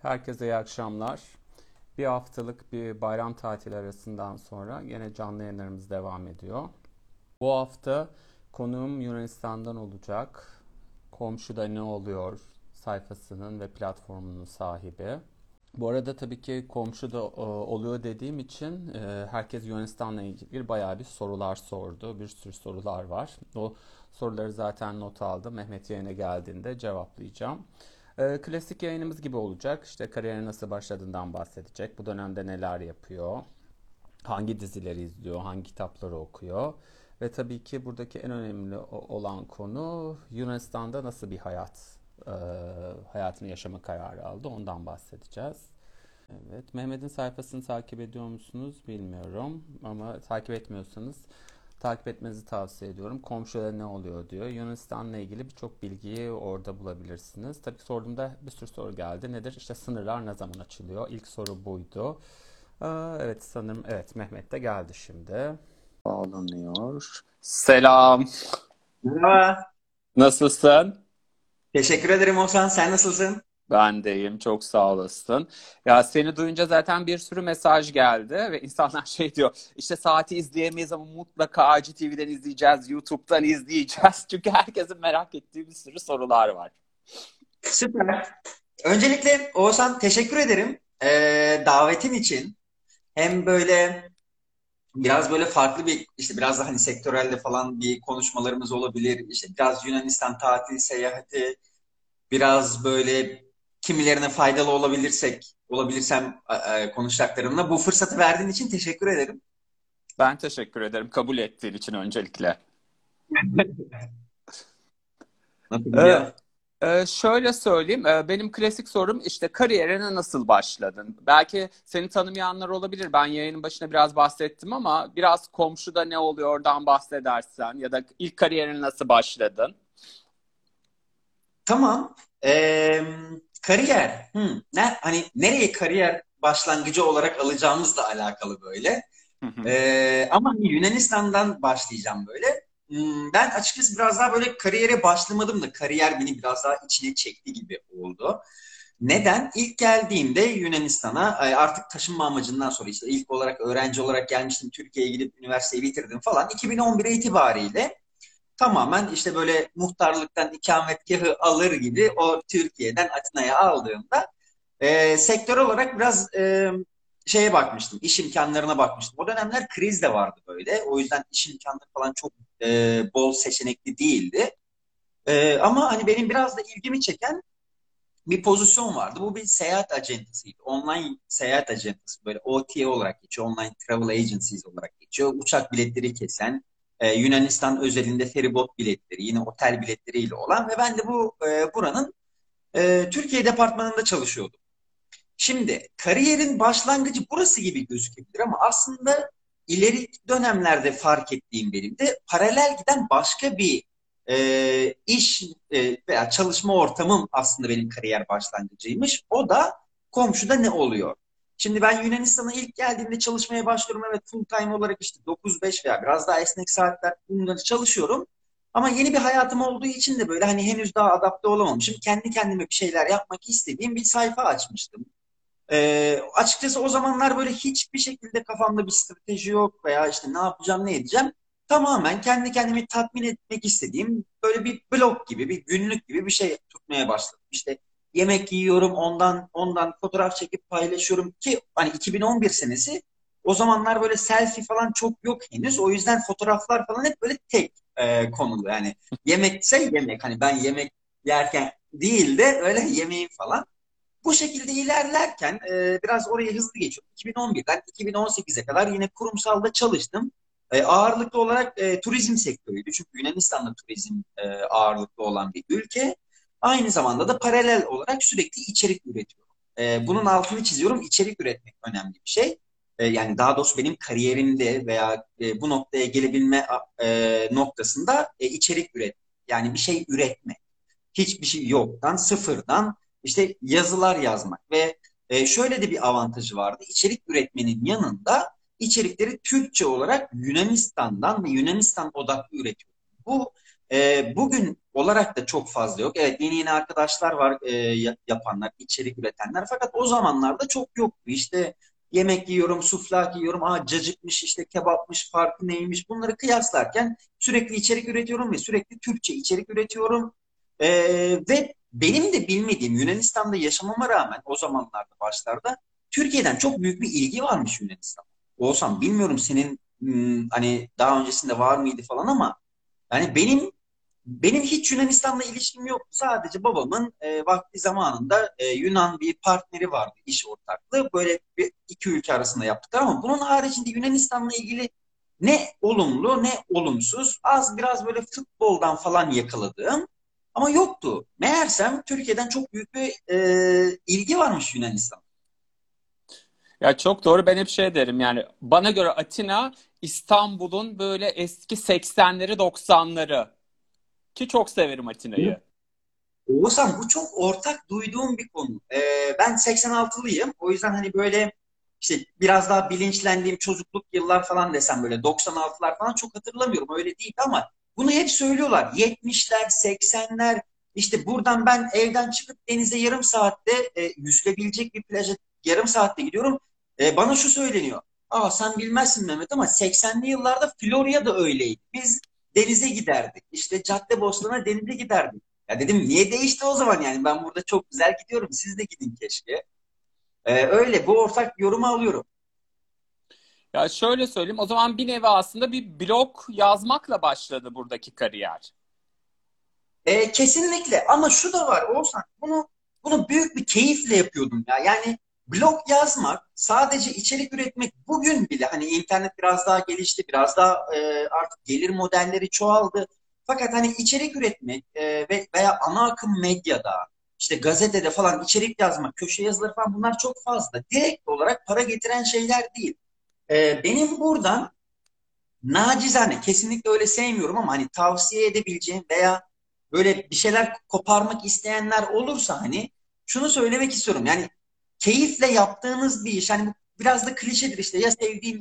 Herkese iyi akşamlar. Bir haftalık bir bayram tatili arasından sonra yine canlı yayınlarımız devam ediyor. Bu hafta konuğum Yunanistan'dan olacak. Komşuda ne oluyor sayfasının ve platformunun sahibi. Bu arada tabii ki komşuda oluyor dediğim için herkes Yunanistan'la ilgili bayağı bir sorular sordu. Bir sürü sorular var. O soruları zaten not aldım. Mehmet yayına geldiğinde cevaplayacağım. Klasik yayınımız gibi olacak. İşte kariyerine nasıl başladığından bahsedecek. Bu dönemde neler yapıyor. Hangi dizileri izliyor. Hangi kitapları okuyor. Ve tabii ki buradaki en önemli olan konu Yunanistan'da nasıl bir e, hayatını yaşama kararı aldı. Ondan bahsedeceğiz. Evet, Mehmet'in sayfasını takip ediyor musunuz bilmiyorum ama takip etmiyorsanız takip etmenizi tavsiye ediyorum. Komşuda ne oluyor diyor. Yunanistan'la ilgili birçok bilgiyi orada bulabilirsiniz. Tabii sorduğumda bir sürü soru geldi. Nedir? İşte sınırlar ne zaman açılıyor? İlk soru buydu. Evet sanırım evet Mehmet de geldi şimdi. Bağlanıyor. Selam. Merhaba. Nasılsın? Teşekkür ederim Oğuzhan. Sen nasılsın? Ben deyim. Çok sağ olasın. Ya seni duyunca zaten bir sürü mesaj geldi ve insanlar şey diyor. İşte saati izleyemeyiz ama mutlaka IGTV'den izleyeceğiz, YouTube'dan izleyeceğiz. Çünkü herkesin merak ettiği bir sürü sorular var. Süper. Öncelikle Oğuzhan teşekkür ederim davetin için. Hem böyle biraz böyle farklı bir işte biraz da hani sektörelde falan bir konuşmalarımız olabilir. İşte biraz Yunanistan tatil seyahati, biraz böyle kimilerine faydalı olabilirsem konuşacaklarımla bu fırsatı verdiğin için teşekkür ederim. Ben teşekkür ederim kabul ettiğin için öncelikle. Nasıl Ee, gidiyor? şöyle söyleyeyim, benim klasik sorum işte kariyerine nasıl başladın? Belki seni tanımayanlar olabilir. Ben yayının başına biraz bahsettim ama biraz komşuda ne oluyor oradan bahsedersen ya da ilk kariyerine nasıl başladın? Tamam. Kariyer. Hani nereye kariyer başlangıcı olarak alacağımızla alakalı böyle. Hı hı. Ama hani Yunanistan'dan başlayacağım böyle. Ben açıkçası biraz daha böyle kariyere başlamadım da kariyer beni biraz daha içine çekti gibi oldu. Neden? İlk geldiğimde Yunanistan'a artık taşınma amacından sonra işte ilk olarak öğrenci olarak gelmiştim. Türkiye'ye gidip üniversiteyi bitirdim falan. 2011 itibariyle tamamen işte böyle muhtarlıktan ikametgahı alır gibi o Türkiye'den Atina'ya aldığımda sektör olarak biraz şeye bakmıştım. İş imkanlarına bakmıştım. O dönemler kriz de vardı böyle. O yüzden iş imkanları falan çok bol seçenekli değildi. Ama hani benim biraz da ilgimi çeken bir pozisyon vardı. Bu bir seyahat acentasıydı. Online seyahat acentası. Böyle OTA olarak geçiyor. Online Travel Agencies olarak geçiyor. Uçak biletleri kesen, Yunanistan özelinde feribot biletleri, yine otel biletleriyle olan ve ben de buranın Türkiye departmanında çalışıyordum. Şimdi kariyerin başlangıcı burası gibi gözükebilir ama aslında ileri dönemlerde fark ettiğim benim de paralel giden başka bir iş veya çalışma ortamım aslında benim kariyer başlangıcıymış. O da komşuda ne oluyor? Şimdi ben Yunanistan'a ilk geldiğimde çalışmaya başlıyorum. Evet full time olarak işte 9-5 veya biraz daha esnek saatler bunları çalışıyorum. Ama yeni bir hayatım olduğu için de böyle hani henüz daha adapte olamamışım. Kendi kendime bir şeyler yapmak istediğim bir sayfa açmıştım. Açıkçası o zamanlar böyle hiçbir şekilde kafamda bir strateji yok veya işte ne yapacağım ne edeceğim. Tamamen kendi kendimi tatmin etmek istediğim böyle bir blog gibi, bir günlük gibi bir şey tutmaya başladım. İşte yemek yiyorum, ondan fotoğraf çekip paylaşıyorum ki hani 2011 senesi o zamanlar böyle selfie falan çok yok henüz. O yüzden fotoğraflar falan hep böyle tek konulu. Yani yemekse yemek. Hani ben yemek yerken değil de öyle yemeğim falan. Bu şekilde ilerlerken biraz oraya hızlı geçiyorum. 2011'den 2018'e kadar yine kurumsalda çalıştım. Ağırlıklı olarak turizm sektörüydü. Çünkü Yunanistan'da turizm ağırlıklı olan bir ülke. Aynı zamanda da paralel olarak sürekli içerik üretiyorum. Bunun altını çiziyorum. İçerik üretmek önemli bir şey. Yani daha doğrusu benim kariyerimde veya bu noktaya gelebilme noktasında içerik üretmek. Yani bir şey üretmek hiçbir şey yoktan, sıfırdan işte yazılar yazmak ve şöyle de bir avantajı vardı. İçerik üretmenin yanında içerikleri Türkçe olarak Yunanistan'dan ve Yunanistan odaklı üretiyor. Bu Bugün olarak da çok fazla yok. Evet, yeni yeni arkadaşlar var, yapanlar, içerik üretenler. Fakat o zamanlarda çok yoktu. İşte yemek yiyorum, suflaki yiyorum, cacıkmış, işte kebapmış, farkı neymiş, bunları kıyaslarken sürekli içerik üretiyorum ve sürekli Türkçe içerik üretiyorum. Ve benim de bilmediğim, Yunanistan'da yaşamama rağmen o zamanlarda, başlarda Türkiye'den çok büyük bir ilgi varmış Yunanistan'da. Olsam bilmiyorum, senin hani daha öncesinde var mıydı falan, ama yani benim hiç Yunanistan'la ilişkim yoktu. Sadece babamın vakti zamanında Yunan bir partneri vardı, iş ortaklığı. Böyle iki ülke arasında yaptıklar, ama bunun haricinde Yunanistan'la ilgili ne olumlu ne olumsuz, az biraz böyle futboldan falan yakaladığım ama yoktu. Meğersem Türkiye'den çok büyük bir ilgi varmış Yunanistan. Ya çok doğru. Ben hep şey derim, yani bana göre Atina İstanbul'un böyle eski 80'leri 90'ları, ki çok severim Atina'yı. Oğuzhan, bu çok ortak duyduğum bir konu. Ben 86'lıyım. O yüzden hani böyle işte biraz daha bilinçlendiğim çocukluk yıllar falan desem, böyle 96'lar falan çok hatırlamıyorum. Öyle değil ama bunu hep söylüyorlar. 70'ler, 80'ler, işte buradan ben evden çıkıp denize yarım saatte, yüzülebilecek bir plaja yarım saatte gidiyorum. Bana şu söyleniyor. Sen bilmezsin Mehmet, ama 80'li yıllarda Florya da öyleydi. Biz denize giderdik. İşte Caddebostan'a denize giderdik. Ya dedim, niye değişti o zaman, yani ben burada çok güzel gidiyorum, siz de gidin keşke. Öyle, bu ortak yorumu alıyorum. Ya şöyle söyleyeyim, o zaman bir nevi aslında bir blog yazmakla başladı buradaki kariyer. Kesinlikle, ama şu da var Oğuzhan, bunu büyük bir keyifle yapıyordum ya. Yani blog yazmak, sadece içerik üretmek, bugün bile hani internet biraz daha gelişti, biraz daha artık gelir modelleri çoğaldı. Fakat hani içerik üretmek veya ana akım medyada, işte gazetede falan içerik yazmak, köşe yazıları falan, bunlar çok fazla. Direkt olarak para getiren şeyler değil. Benim buradan nacizane, kesinlikle öyle sevmiyorum ama hani tavsiye edebileceğim veya böyle bir şeyler koparmak isteyenler olursa, hani şunu söylemek istiyorum. Yani keyifle yaptığınız bir iş, hani bu biraz da klişedir işte, ya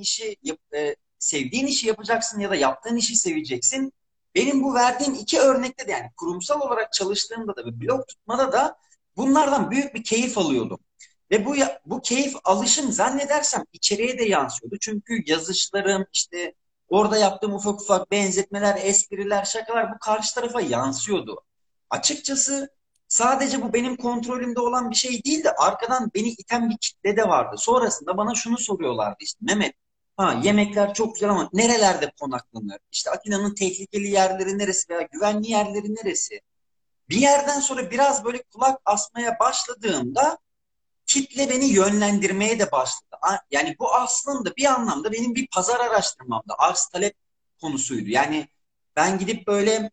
sevdiğin işi yapacaksın ya da yaptığın işi seveceksin. Benim bu verdiğim iki örnekte de, yani kurumsal olarak çalıştığımda da ve blog tutmada da bunlardan büyük bir keyif alıyordum. Ve bu keyif alışım zannedersem içeriye de yansıyordu. Çünkü yazışlarım, işte orada yaptığım ufak ufak benzetmeler, espriler, şakalar bu karşı tarafa yansıyordu. Açıkçası sadece bu benim kontrolümde olan bir şey değil de, arkadan beni iten bir kitle de vardı. Sonrasında bana şunu soruyorlardı, işte Mehmet, yemekler çok güzel ama nerelerde konaklanır? İşte Atina'nın tehlikeli yerleri neresi veya güvenli yerleri neresi? Bir yerden sonra biraz böyle kulak asmaya başladığımda kitle beni yönlendirmeye de başladı. Yani bu aslında bir anlamda benim bir pazar araştırmamda, arz talep konusuydu. Yani ben gidip böyle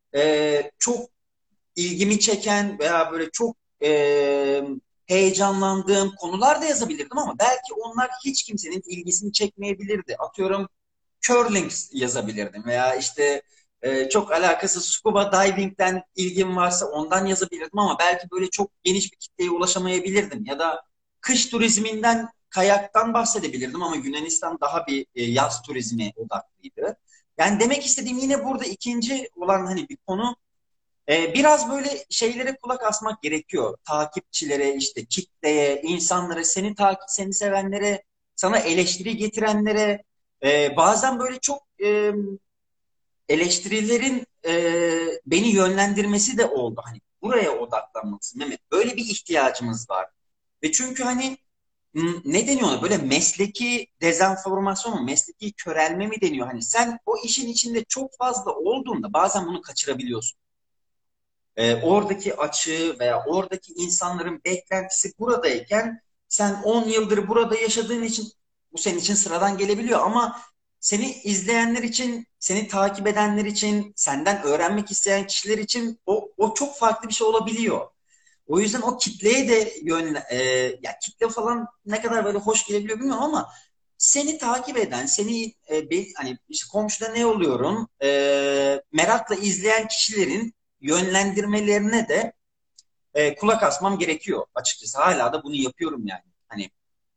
çok ilgimi çeken veya böyle çok heyecanlandığım konular da yazabilirdim, ama belki onlar hiç kimsenin ilgisini çekmeyebilirdi. Atıyorum, curling yazabilirdim veya işte çok alakasız scuba diving'den ilgim varsa ondan yazabilirdim, ama belki böyle çok geniş bir kitleye ulaşamayabilirdim. Ya da kış turizminden, kayaktan bahsedebilirdim, ama Yunanistan daha bir yaz turizmi odaklıydı. Yani demek istediğim, yine burada ikinci olan hani bir konu, biraz böyle şeylere kulak asmak gerekiyor. Takipçilere, işte kitleye, insanlara, seni seni sevenlere, sana eleştiri getirenlere. Bazen böyle çok eleştirilerin beni yönlendirmesi de oldu. Hani buraya odaklanmalısın Mehmet. Böyle bir ihtiyacımız var. Ve çünkü hani ne deniyor ona? Böyle mesleki dezenformasyon mu, mesleki körelme mi deniyor? Hani sen o işin içinde çok fazla olduğunda bazen bunu kaçırabiliyorsun. Oradaki açığı veya oradaki insanların beklentisi buradayken, sen 10 yıldır burada yaşadığın için bu senin için sıradan gelebiliyor, ama seni izleyenler için, seni takip edenler için, senden öğrenmek isteyen kişiler için o çok farklı bir şey olabiliyor. O yüzden o kitleye de ya kitle falan ne kadar böyle hoş gelebiliyor bilmiyorum, ama seni takip eden, seni hani işte komşuda ne oluyorum merakla izleyen kişilerin yönlendirmelerine de kulak asmam gerekiyor açıkçası. Hala da bunu yapıyorum yani. Hani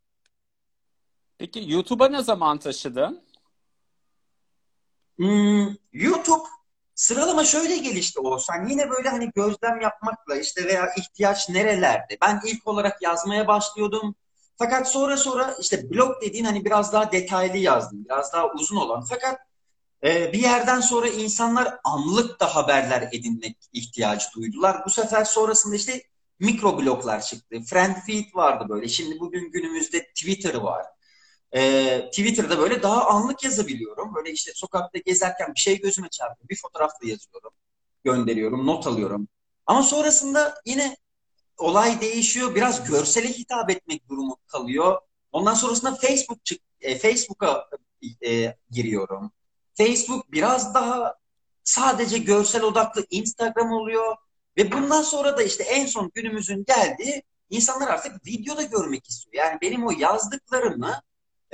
Peki YouTube'a ne zaman taşıdın? YouTube Sıralama şöyle gelişti Oğuzhan. Yine böyle hani gözlem yapmakla işte veya ihtiyaç nerelerde. Ben ilk olarak yazmaya başlıyordum. Fakat sonra işte blog dediğin hani biraz daha detaylı yazdım. Biraz daha uzun olan. Fakat bir yerden sonra insanlar anlık da haberler edinmek ihtiyacı duydular. Bu sefer sonrasında işte mikro bloglar çıktı. Friendfeed vardı böyle. Şimdi bugün günümüzde Twitter var. Twitter'da böyle daha anlık yazabiliyorum. Böyle işte sokakta gezerken bir şey gözüme çarpıyor. Bir fotoğrafla yazıyorum, gönderiyorum, not alıyorum. Ama sonrasında yine olay değişiyor. Biraz görsele hitap etmek durumu kalıyor. Ondan sonrasında Facebook'a giriyorum. Facebook biraz daha sadece görsel odaklı Instagram oluyor. Ve bundan sonra da işte en son günümüzün geldiği insanlar artık videoda görmek istiyor. Yani benim o yazdıklarımı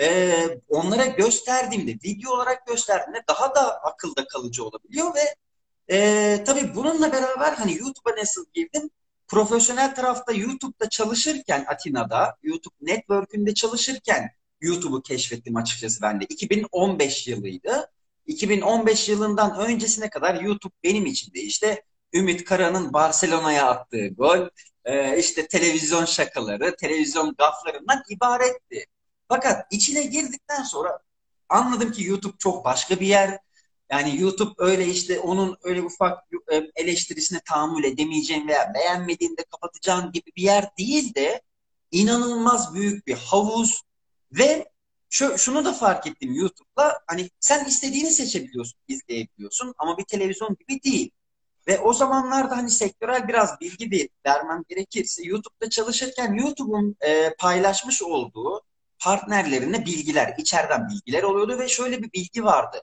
onlara gösterdiğimde, video olarak gösterdiğimde daha da akılda kalıcı olabiliyor ve tabii bununla beraber hani YouTube'a nasıl girdim? Profesyonel tarafta YouTube'da çalışırken Atina'da, YouTube Network'ünde çalışırken YouTube'u keşfettim açıkçası ben de. 2015 yılıydı. 2015 yılından öncesine kadar YouTube benim için de işte Ümit Kara'nın Barcelona'ya attığı gol, işte televizyon şakaları, televizyon gaflarından ibaretti. Fakat içine girdikten sonra anladım ki YouTube çok başka bir yer. Yani YouTube öyle işte onun öyle ufak eleştirisine tahammül edemeyeceğin veya beğenmediğinde kapatacağın gibi bir yer değil de inanılmaz büyük bir havuz ve şunu da fark ettim YouTube'la hani sen istediğini seçebiliyorsun, izleyebiliyorsun ama bir televizyon gibi değil. Ve o zamanlarda hani sektörel biraz bilgi vermem gerekirse YouTube'da çalışırken YouTube'un paylaşmış olduğu partnerlerine bilgiler, içeriden bilgiler oluyordu ve şöyle bir bilgi vardı.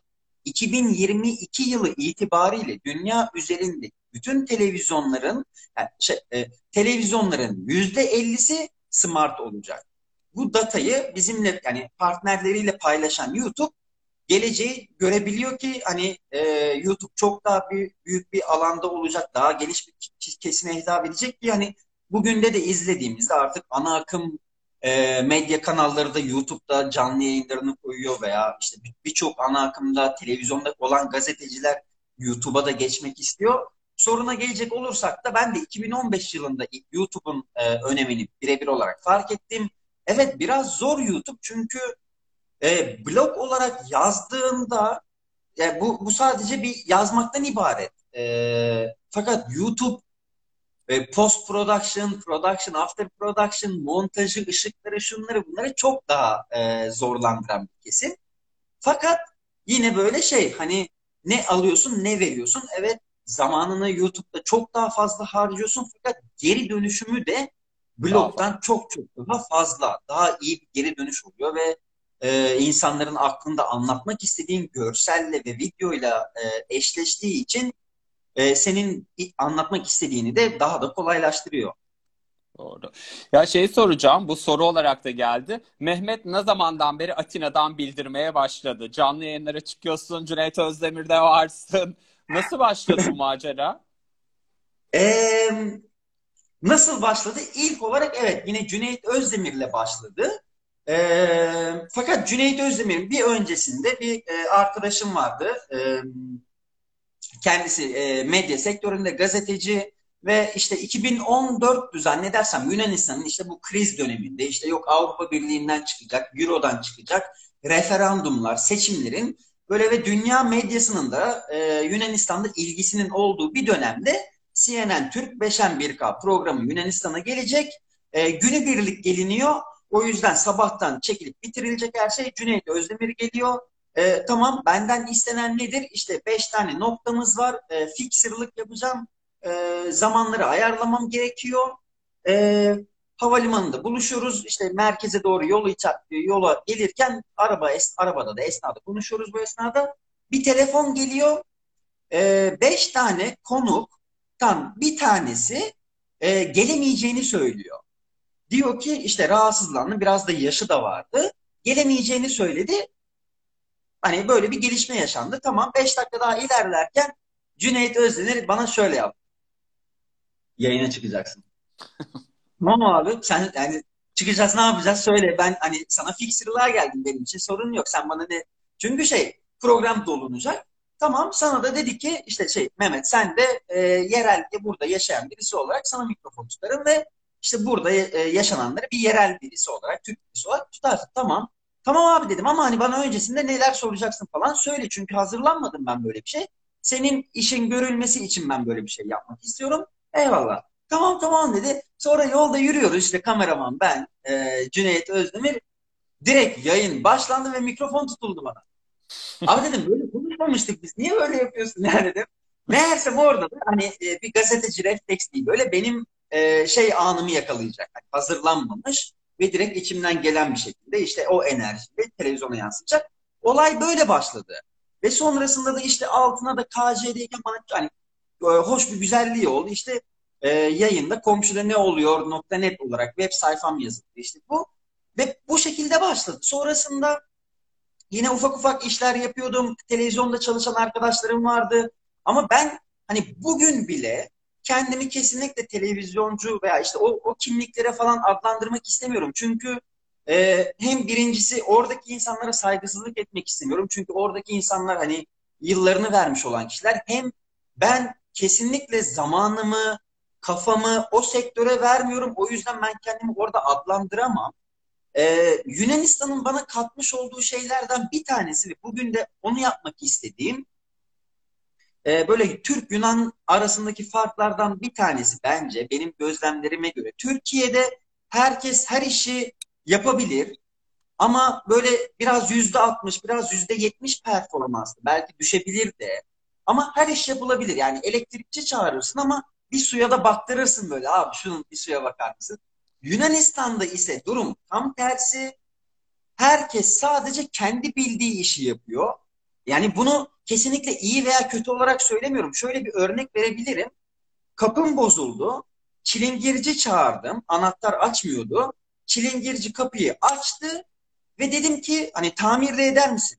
2022 yılı itibariyle dünya üzerinde bütün televizyonların televizyonların %50'si smart olacak. Bu datayı bizimle yani partnerleriyle paylaşan YouTube geleceği görebiliyor ki hani YouTube çok daha büyük bir alanda olacak, daha geniş bir kesime hitap edecek ki hani bugün de izlediğimizde artık ana akım medya kanalları da YouTube'da canlı yayınlarını koyuyor veya işte birçok ana akımda televizyonda olan gazeteciler YouTube'a da geçmek istiyor. Soruna gelecek olursak da ben de 2015 yılında YouTube'un önemini birebir olarak fark ettim. Evet biraz zor YouTube çünkü blog olarak yazdığında yani bu sadece bir yazmaktan ibaret. Fakat YouTube post production, production, after production, montajı, ışıkları, şunları bunları çok daha zorlandıran bir kesim. Fakat yine böyle şey hani ne alıyorsun ne veriyorsun. Evet zamanını YouTube'da çok daha fazla harcıyorsun fakat geri dönüşümü de Daha fazla. blogdan çok daha fazla, daha iyi bir geri dönüş oluyor ve insanların aklında anlatmak istediğin görselle ve videoyla eşleştiği için senin anlatmak istediğini de daha da kolaylaştırıyor. Doğru. Ya şey soracağım, bu soru olarak da geldi. Mehmet ne zamandan beri Atina'dan bildirmeye başladı? Canlı yayınlara çıkıyorsun, Cüneyt Özdemir'de varsın. Nasıl başladı bu macera? E, Nasıl başladı? İlk olarak evet yine Cüneyt Özdemir'le başladı. Fakat Cüneyt Özdemir'in bir öncesinde bir arkadaşım vardı. Kendisi medya sektöründe gazeteci ve işte 2014 zannedersem Yunanistan'ın işte bu kriz döneminde işte yok Avrupa Birliği'nden çıkacak, Euro'dan çıkacak referandumlar, seçimlerin böyle ve dünya medyasının da Yunanistan'da ilgisinin olduğu bir dönemde CNN Türk 5'en 1K programı Yunanistan'a gelecek. Günübirlik geliniyor. O yüzden sabahtan çekilip bitirilecek her şey. Cüneyt Özdemir geliyor. Tamam benden istenen nedir? İşte 5 tane noktamız var. Fixer'lık yapacağım. Zamanları ayarlamam gerekiyor. E, Havalimanında buluşuyoruz. İşte merkeze doğru yola gelirken arabada da esnada konuşuyoruz bu esnada. Bir telefon geliyor. 5 tane konuktan bir tanesi gelemeyeceğini söylüyor. Diyor ki işte rahatsızlandı. Biraz da yaşı da vardı. Gelemeyeceğini söyledi. Hani böyle bir gelişme yaşandı. Tamam 5 dakika daha ilerlerken Cüneyt Özdemir bana şöyle yaptı. Yayına çıkacaksın. Tamam abi sen yani çıkacağız ne yapacağız söyle. Ben hani sana fixer'lığa geldim benim için sorun yok. Sen bana ne? Çünkü şey program dolunacak. Tamam, sana da dedi ki işte Mehmet, sen de yerelde burada yaşayan birisi olarak sana mikrofon tutarım ve işte burada yaşananları bir yerel birisi olarak, Türk birisi olarak tutarsın. Tamam. Tamam abi dedim, ama hani bana öncesinde neler soracaksın falan söyle. Çünkü hazırlanmadım ben böyle bir şey. Senin işin görülmesi için ben böyle bir şey yapmak istiyorum. Eyvallah. Tamam tamam dedi. Sonra yolda yürüyoruz, işte kameraman ben, Cüneyt Özdemir. Direkt yayın başlandı ve mikrofon tutuldu bana. Abi dedim, böyle konuşmamıştık biz. Niye böyle yapıyorsun yani dedim. Meğersem orada da hani bir gazeteci refleks değil. Böyle benim anımı yakalayacak. Yani hazırlanmamış ve direkt içimden gelen bir şekilde işte o enerjiyle televizyona yansıyacak. Olay böyle başladı. Ve sonrasında da işte altına da KJ'deyken bana hani hoş bir güzelliği oldu. İşte yayında komşuda ne oluyor .net olarak web sayfam yazıldı. İşte bu ve bu şekilde başladı. Sonrasında yine ufak ufak işler yapıyordum. Televizyonda çalışan arkadaşlarım vardı. Ama ben hani bugün bile kendimi kesinlikle televizyoncu veya işte o kimliklere falan adlandırmak istemiyorum. Çünkü hem birincisi oradaki insanlara saygısızlık etmek istemiyorum. Çünkü oradaki insanlar hani yıllarını vermiş olan kişiler. Hem ben kesinlikle zamanımı, kafamı o sektöre vermiyorum. O yüzden ben kendimi orada adlandıramam. Yunanistan'ın bana katmış olduğu şeylerden bir tanesi ve bugün de onu yapmak istediğim, böyle Türk-Yunan arasındaki farklardan bir tanesi bence benim gözlemlerime göre. Türkiye'de herkes her işi yapabilir ama böyle biraz %60, biraz %70 performanslı, belki düşebilir de. Ama her iş yapılabilir. Yani elektrikçi çağırırsın ama bir suya da baktırırsın böyle. Abi şunun bir suya bakar mısın? Yunanistan'da ise durum tam tersi. Herkes sadece kendi bildiği işi yapıyor. Yani bunu kesinlikle iyi veya kötü olarak söylemiyorum. Şöyle bir örnek verebilirim. Kapım bozuldu. Çilingirci çağırdım. Anahtar açmıyordu. Çilingirci kapıyı açtı ve dedim ki hani tamir de eder misin?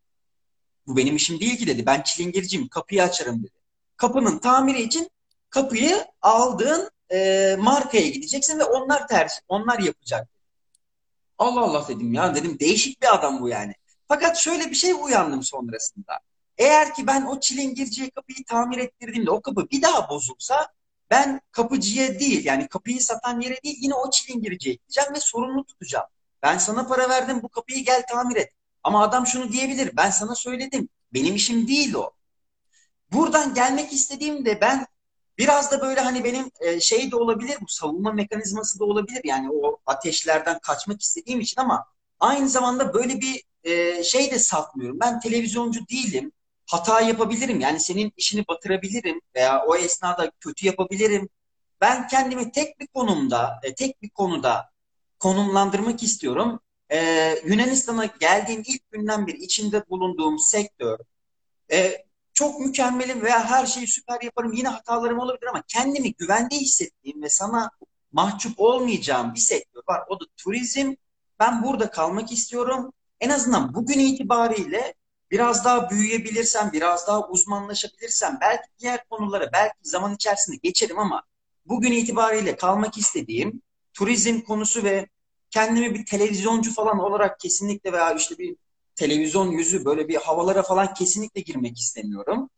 Bu benim işim değil ki dedi. Ben çilingirciyim. Kapıyı açarım dedi. Kapının tamiri için kapıyı aldığın markaya gideceksin ve onlar yapacak. Allah Allah dedim ya, dedim değişik bir adam bu yani. Fakat şöyle bir şey uyandım sonrasında. Eğer ki ben o çilingirciye kapıyı tamir ettirdiğimde o kapı bir daha bozulsa, ben kapıcıya değil, yani kapıyı satan yere değil, yine o çilingirciye gideceğim ve sorumlu tutacağım. Ben sana para verdim, bu kapıyı gel tamir et. Ama adam şunu diyebilir: ben sana söyledim, benim işim değil o. Buradan gelmek istediğimde ben biraz da böyle hani benim de olabilir, bu savunma mekanizması da olabilir. Yani o ateşlerden kaçmak istediğim için, ama aynı zamanda böyle bir de satmıyorum. Ben televizyoncu değilim. Hata yapabilirim. Yani senin işini batırabilirim veya o esnada kötü yapabilirim. Ben kendimi tek bir konuda konumlandırmak istiyorum. Yunanistan'a geldiğim ilk günden beri içinde bulunduğum sektör, e, çok mükemmelim veya her şeyi süper yaparım, yine hatalarım olabilir, ama kendimi güvende hissettiğim ve sana mahcup olmayacağım bir sektör var. O da turizm. Ben burada kalmak istiyorum. En azından bugün itibariyle biraz daha büyüyebilirsem, biraz daha uzmanlaşabilirsem, belki diğer konulara belki zaman içerisinde geçerim, ama bugün itibariyle kalmak istediğim turizm konusu ve kendimi bir televizyoncu falan olarak kesinlikle, veya işte bir televizyon yüzü böyle bir havalara falan kesinlikle girmek istemiyorum.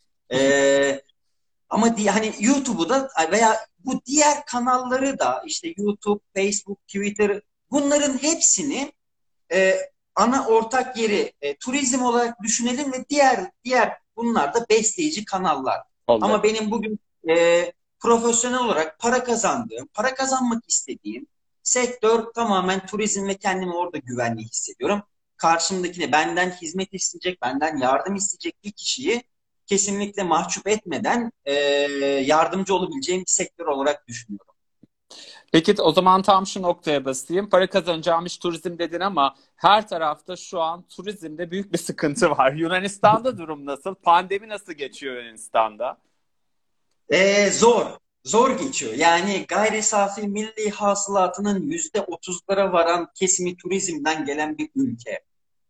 Ama hani YouTube'u da veya bu diğer kanalları da, işte YouTube, Facebook, Twitter, bunların hepsini e, ana ortak yeri turizm olarak düşünelim ve diğer bunlar da besleyici kanallar. Ama Anladım. benim bugün profesyonel olarak para kazanmak istediğim sektör tamamen turizm ve kendimi orada güvenli hissediyorum. Karşımdakine benden hizmet isteyecek, benden yardım isteyecek bir kişiyi kesinlikle mahcup etmeden yardımcı olabileceğim bir sektör olarak düşünüyorum. Peki o zaman tam şu noktaya basayım. Para kazanacağım iş turizm dedin ama her tarafta şu an turizmde büyük bir sıkıntı var. Yunanistan'da durum nasıl? Pandemi nasıl geçiyor Yunanistan'da? Zor. Zor geçiyor. Yani gayri safi milli hasılatının %30'lara varan kesimi turizmden gelen bir ülke.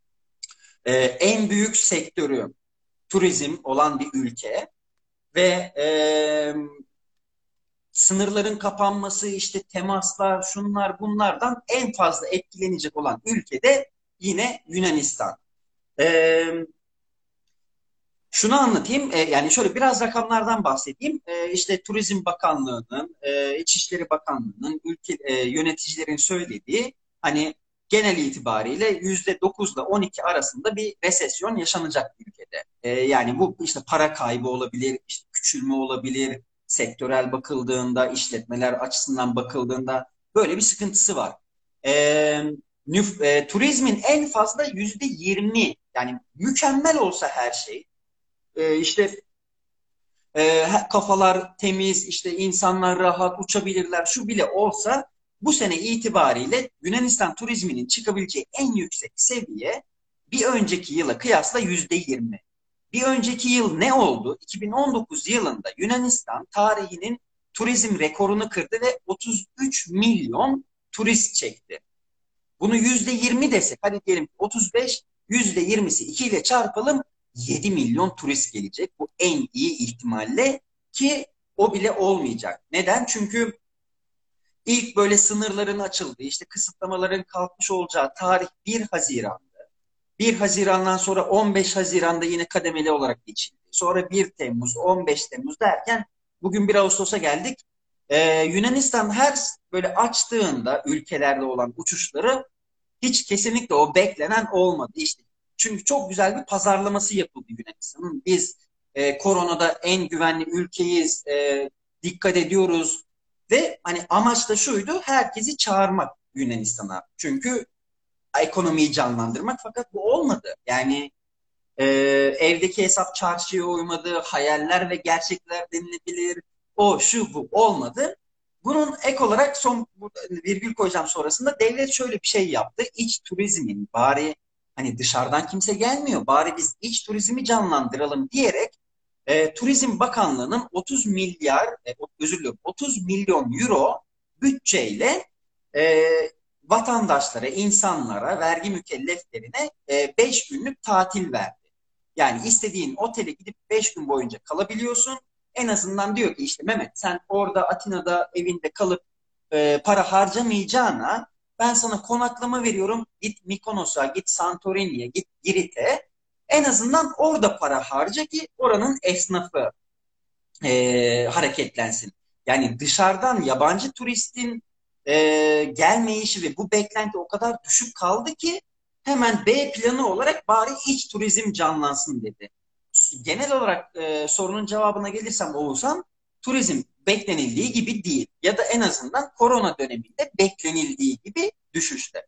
En büyük sektörü turizm olan bir ülke ve sınırların kapanması, işte temaslar, şunlar bunlardan en fazla etkilenecek olan ülke de yine Yunanistan. Ee, Şunu anlatayım, yani şöyle biraz rakamlardan bahsedeyim. İşte Turizm Bakanlığı'nın, İçişleri Bakanlığı'nın, yöneticilerin söylediği hani genel itibariyle %9 ile 12 arasında bir resesyon yaşanacak ülkede. Yani bu işte para kaybı olabilir, işte küçülme olabilir, sektörel bakıldığında, işletmeler açısından bakıldığında böyle bir sıkıntısı var. E, Turizmin en fazla %20, yani mükemmel olsa her şey, işte kafalar temiz, işte insanlar rahat uçabilirler, şu bile olsa bu sene itibariyle Yunanistan turizminin çıkabileceği en yüksek seviye bir önceki yıla kıyasla %20. Bir önceki yıl ne oldu? 2019 yılında Yunanistan tarihinin turizm rekorunu kırdı ve 33 milyon turist çekti. Bunu %20 desek, hadi diyelim 35, %20'si 2 ile çarpalım, 7 milyon turist gelecek. Bu en iyi ihtimalle, ki o bile olmayacak. Neden? Çünkü ilk böyle sınırların açıldığı, işte kısıtlamaların kalkmış olacağı tarih 1 Haziran. 1 Haziran'dan sonra 15 Haziran'da yine kademeli olarak geçildi. Sonra 1 Temmuz, 15 Temmuz derken bugün 1 Ağustos'a geldik. Yunanistan her böyle açtığında ülkelerle olan uçuşları hiç kesinlikle o beklenen olmadı işte. Çünkü çok güzel bir pazarlaması yapıldı Yunanistan'ın. Biz koronada en güvenli ülkeyiz, dikkat ediyoruz ve hani amaç da şuydu: herkesi çağırmak Yunanistan'a. Çünkü ekonomiyi canlandırmak, fakat bu olmadı. Yani evdeki hesap çarşıya uymadı, hayaller ve gerçekler denilebilir. O, şu, bu olmadı. Bunun ek olarak son virgül koyacağım sonrasında, devlet şöyle bir şey yaptı. İç turizmin bari, hani dışarıdan kimse gelmiyor, bari biz iç turizmi canlandıralım diyerek Turizm Bakanlığı'nın 30 milyar, özür diliyorum, 30 milyon euro bütçeyle e, vatandaşlara, insanlara, vergi mükelleflerine 5 günlük tatil verdi. Yani istediğin otele gidip 5 gün boyunca kalabiliyorsun. En azından diyor ki, işte Mehmet, sen orada Atina'da evinde kalıp para harcamayacağına, ben sana konaklama veriyorum. Git Mikonos'a, git Santorini'ye, git Girit'e. En azından orada para harca ki oranın esnafı hareketlensin. Yani dışarıdan yabancı turistin gelmeyişi ve bu beklenti o kadar düşük kaldı ki hemen B planı olarak bari iç turizm canlansın dedi. Genel olarak sorunun cevabına gelirsem Oğuzhan, turizm beklenildiği gibi değil, ya da en azından korona döneminde beklenildiği gibi düşüşte.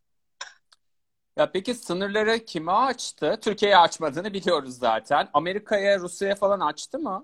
Ya peki sınırları kime açtı? Türkiye'ye açmadığını biliyoruz zaten. Amerika'ya, Rusya'ya falan açtı mı?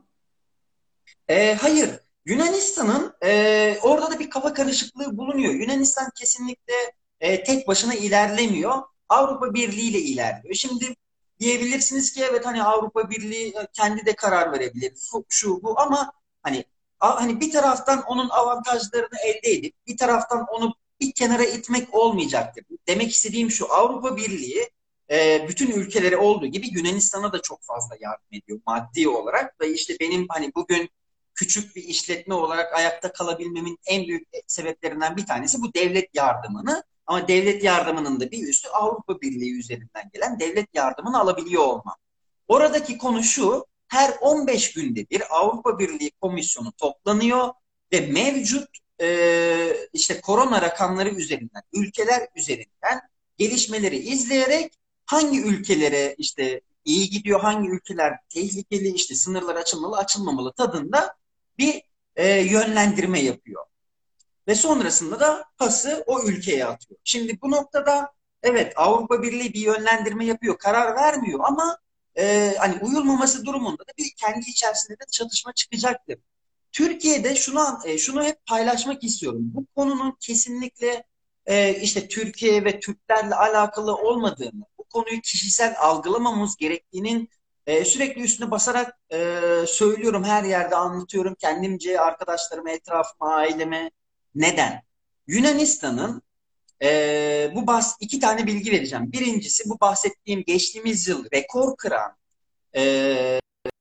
Hayır. Yunanistan'ın orada da bir kafa karışıklığı bulunuyor. Yunanistan kesinlikle tek başına ilerlemiyor. Avrupa Birliği ile ilerliyor. Şimdi diyebilirsiniz ki evet, hani Avrupa Birliği kendi de karar verebilir. Şu bu, ama hani hani bir taraftan onun avantajlarını elde edip bir taraftan onu bir kenara itmek olmayacaktır. Demek istediğim şu: Avrupa Birliği bütün ülkelere olduğu gibi Yunanistan'a da çok fazla yardım ediyor maddi olarak ve işte benim hani bugün küçük bir işletme olarak ayakta kalabilmemin en büyük sebeplerinden bir tanesi bu devlet yardımını. Ama devlet yardımının da bir üstü Avrupa Birliği üzerinden gelen devlet yardımını alabiliyor olmam. Oradaki konu şu: her 15 günde bir Avrupa Birliği Komisyonu toplanıyor ve mevcut işte korona rakamları üzerinden, ülkeler üzerinden gelişmeleri izleyerek hangi ülkelere işte iyi gidiyor, hangi ülkeler tehlikeli, işte sınırlar açılmalı, açılmamalı tadında bir yönlendirme yapıyor. Ve sonrasında da pası o ülkeye atıyor. Şimdi bu noktada evet, Avrupa Birliği bir yönlendirme yapıyor, karar vermiyor, ama hani uyulmaması durumunda da bir kendi içerisinde de çatışma çıkacaktır. Türkiye'de şunu hep paylaşmak istiyorum. Bu konunun kesinlikle işte Türkiye ve Türklerle alakalı olmadığını, bu konuyu kişisel algılamamız gerektiğinin sürekli üstüne basarak söylüyorum, her yerde anlatıyorum kendimce, arkadaşlarıma, etrafıma, aileme. Neden? Yunanistan'ın iki tane bilgi vereceğim. Birincisi, bu bahsettiğim geçtiğimiz yıl rekor kıran e,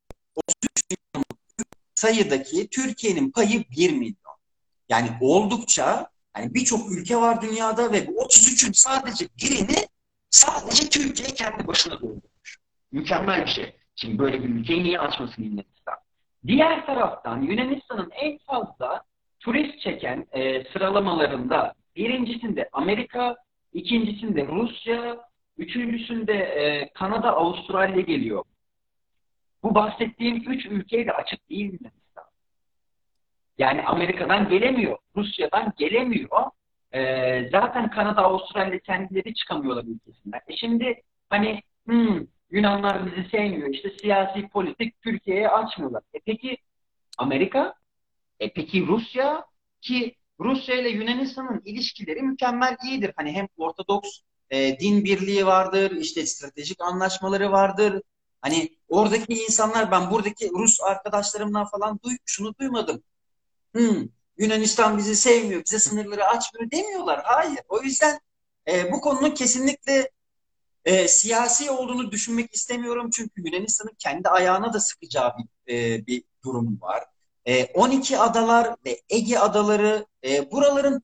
sayıdaki Türkiye'nin payı 1 milyon. Yani oldukça, yani birçok ülke var dünyada ve bu 33'ün sadece birini sadece Türkiye kendi başına doldurmuş. Mükemmel bir şey. Şimdi böyle bir ülkeyi niye açmasın Yunanistan? Diğer taraftan Yunanistan'ın en fazla turist çeken sıralamalarında birincisinde Amerika, ikincisinde Rusya, üçüncüsünde Kanada, Avustralya geliyor. Bu bahsettiğim üç ülkeye de açık değil Yunanistan. Yani Amerika'dan gelemiyor, Rusya'dan gelemiyor. Zaten Kanada, Avustralya kendileri çıkamıyorlar ülkesinden. Şimdi hani Yunanlar bizi sevmiyor, işte siyasi politik Türkiye'ye açmıyorlar. Peki Amerika? Peki Rusya? Ki Rusya ile Yunanistan'ın ilişkileri mükemmel iyidir. Hani hem Ortodoks din birliği vardır, işte stratejik anlaşmaları vardır. Hani oradaki insanlar, ben buradaki Rus arkadaşlarımdan falan şunu duymadım. Hmm, Yunanistan bizi sevmiyor, bize sınırları açmıyor demiyorlar. Hayır. O yüzden bu konunun kesinlikle siyasi olduğunu düşünmek istemiyorum. Çünkü Yunanistan'ın kendi ayağına da sıkacağı bir durum var. 12 adalar ve Ege adaları, buraların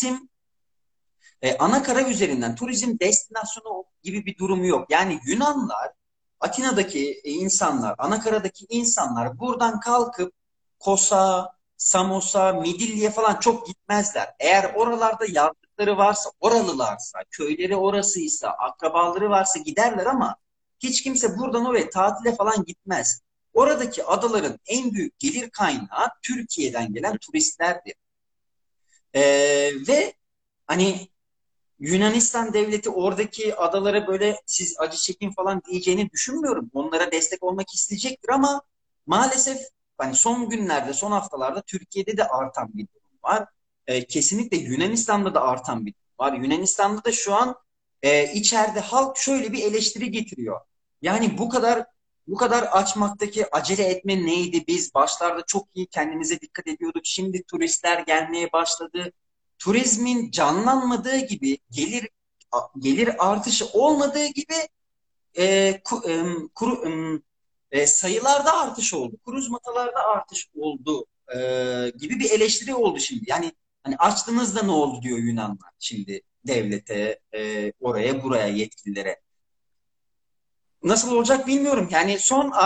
ana kara üzerinden turizm destinasyonu gibi bir durumu yok. Yani Yunanlar, Atina'daki insanlar, ana karadaki insanlar buradan kalkıp Kosa, Samos'a, Midilli'ye falan çok gitmezler. Eğer oralarda yazdıkları varsa, oralılarsa, köyleri orasıysa, akrabaları varsa giderler ama hiç kimse buradan oraya tatile falan gitmez. Oradaki adaların en büyük gelir kaynağı Türkiye'den gelen turistlerdir. Ve hani Yunanistan devleti oradaki adalara böyle siz acı çekin falan diyeceğini düşünmüyorum. Onlara destek olmak isteyecektir ama maalesef hani son günlerde, son haftalarda Türkiye'de de artan bir durum var. Kesinlikle Yunanistan'da da artan bir durum var. Yunanistan'da da şu an içeride halk şöyle bir eleştiri getiriyor. Yani bu kadar açmaktaki acele etme neydi? Biz başlarda çok iyi kendimize dikkat ediyorduk. Şimdi turistler gelmeye başladı. Turizmin canlanmadığı gibi gelir artışı olmadığı gibi e, ku, e, kuru, sayılarda artış oldu. Kruzmatalarda artış oldu gibi bir eleştiri oldu şimdi. Yani hani açtığınızda ne oldu diyor Yunanlar şimdi devlete, oraya buraya yetkililere. Nasıl olacak bilmiyorum. Yani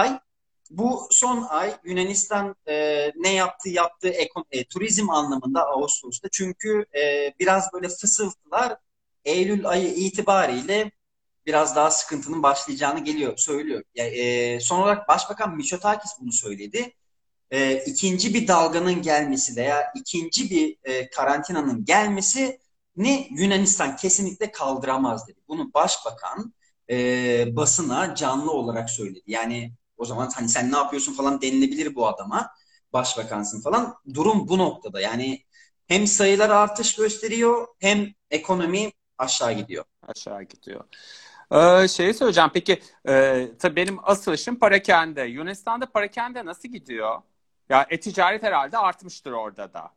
bu son ay Yunanistan ne yaptı turizm anlamında Ağustos'ta. Çünkü biraz böyle fısıltılar Eylül ayı itibariyle biraz daha sıkıntının başlayacağını söylüyor. Yani, son olarak Başbakan Mitsotakis bunu söyledi. İkinci bir dalganın gelmesi veya ikinci bir karantinanın gelmesi ne Yunanistan kesinlikle kaldıramaz dedi. Bunu başbakan basına canlı olarak söyledi. Yani o zaman hani sen ne yapıyorsun falan denilebilir bu adama. Başbakansın falan. Durum bu noktada. Yani hem sayılar artış gösteriyor hem ekonomi aşağı gidiyor. Aşağı gidiyor. Şeyi söyleyeceğim. Peki tabii benim asıl işim parakende. Yunanistan'da parakende nasıl gidiyor? Ya e-ticaret herhalde artmıştır orada da.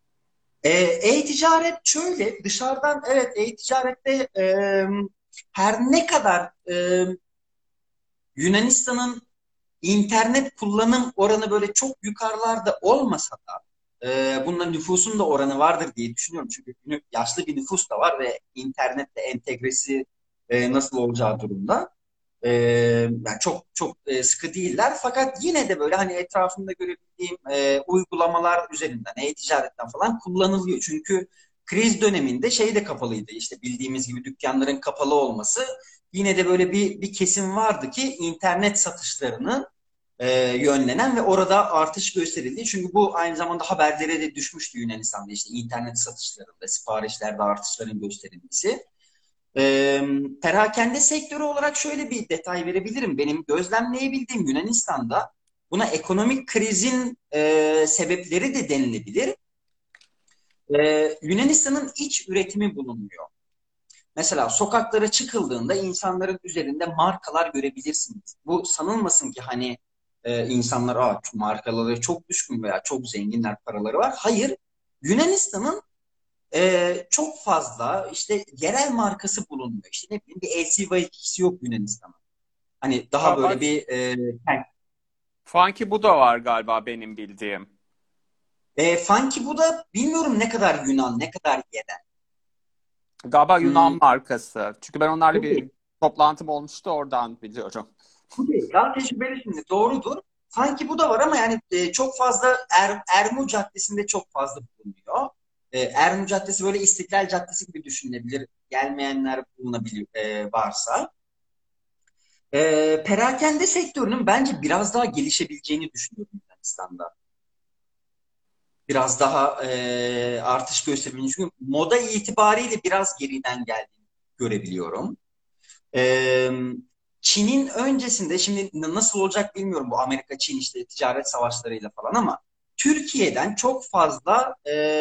E-ticaret şöyle dışarıdan, evet, e-ticarette her ne kadar Yunanistan'ın internet kullanım oranı böyle çok yukarılarda olmasa da bunda nüfusun da oranı vardır diye düşünüyorum. Çünkü yaşlı bir nüfus da var ve internetle entegresi nasıl olacağı durumda. Yani çok çok sıkı değiller. Fakat yine de böyle hani etrafımda görebildiğim uygulamalar üzerinden, e-ticaretten falan kullanılıyor. Çünkü kriz döneminde şey de kapalıydı. İşte bildiğimiz gibi dükkanların kapalı olması. Yine de böyle bir kesim vardı ki internet satışlarını yönlenen ve orada artış gösterildi. Çünkü bu aynı zamanda haberlere de düşmüştü Yunanistan'da, işte internet satışlarında, siparişlerde artışların gösterilmesi. Perakende sektörü olarak şöyle bir detay verebilirim. Benim gözlemleyebildiğim Yunanistan'da buna ekonomik krizin sebepleri de denilebilir. Yunanistan'ın iç üretimi bulunmuyor. Mesela sokaklara çıkıldığında insanların üzerinde markalar görebilirsiniz. Bu sanılmasın ki hani insanlar şu markalara çok düşkün veya çok zenginler, paraları var. Hayır, Yunanistan'ın çok fazla işte yerel markası bulunmuyor. İşte ne bileyim bir LCV2'si yok Yunanistan'ın. Hani daha Aa, böyle bir Funky bu da var galiba benim bildiğim. Funky bu da bilmiyorum ne kadar Yunan, ne kadar yerel. Galiba Hmm, Yunan markası. Çünkü ben onlarla bir peki. toplantım olmuştu oradan biliyorum. okey, daha tecrübelisiniz. Doğrudur. Sanki bu da var ama yani çok fazla Ermul Caddesi'nde çok fazla bulunuyor. Ermul Caddesi böyle İstiklal Caddesi gibi düşünülebilir. Gelmeyenler bulunabilir varsa. Perakende sektörünün bence biraz daha gelişebileceğini düşünüyorum Yunanistan'da. Biraz daha artış gösterebileceğini. Çünkü moda itibariyle biraz geriden geldiğini görebiliyorum. Ee, Çin'in öncesinde şimdi nasıl olacak bilmiyorum bu Amerika-Çin işte ticaret savaşlarıyla falan ama Türkiye'den çok fazla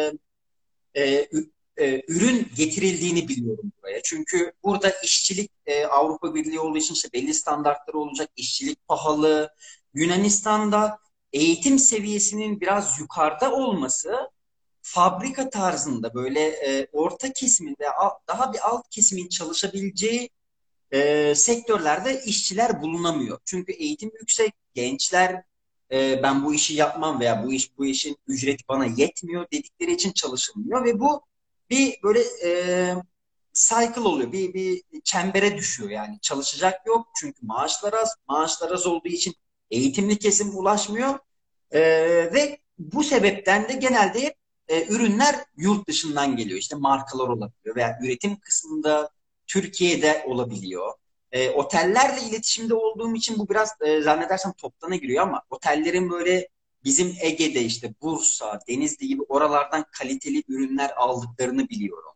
ürün getirildiğini biliyorum buraya. Çünkü burada işçilik Avrupa Birliği olduğu için işte belli standartları olacak. İşçilik pahalı. Yunanistan'da eğitim seviyesinin biraz yukarıda olması fabrika tarzında böyle orta kesimin veya daha bir alt kesimin çalışabileceği sektörlerde işçiler bulunamıyor. Çünkü eğitim yüksek, gençler ben bu işi yapmam veya bu işin ücreti bana yetmiyor dedikleri için çalışılmıyor ve bu bir böyle cycle oluyor. Bir çembere düşüyor yani. Çalışacak yok çünkü maaşlar az. Maaşlar az olduğu için eğitimli kesim ulaşmıyor. E, Ve bu sebepten de genelde hep ürünler yurt dışından geliyor. İşte markalar olabiliyor veya üretim kısmında Türkiye'de olabiliyor. Otellerle iletişimde olduğum için bu biraz zannedersem toptana giriyor ama otellerin böyle bizim Ege'de işte Bursa, Denizli gibi oralardan kaliteli ürünler aldıklarını biliyorum.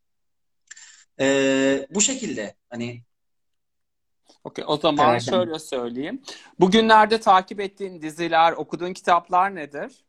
Bu şekilde hani Okey, o zaman perakende. şöyle söyleyeyim. Bugünlerde takip ettiğin diziler, okuduğun kitaplar nedir?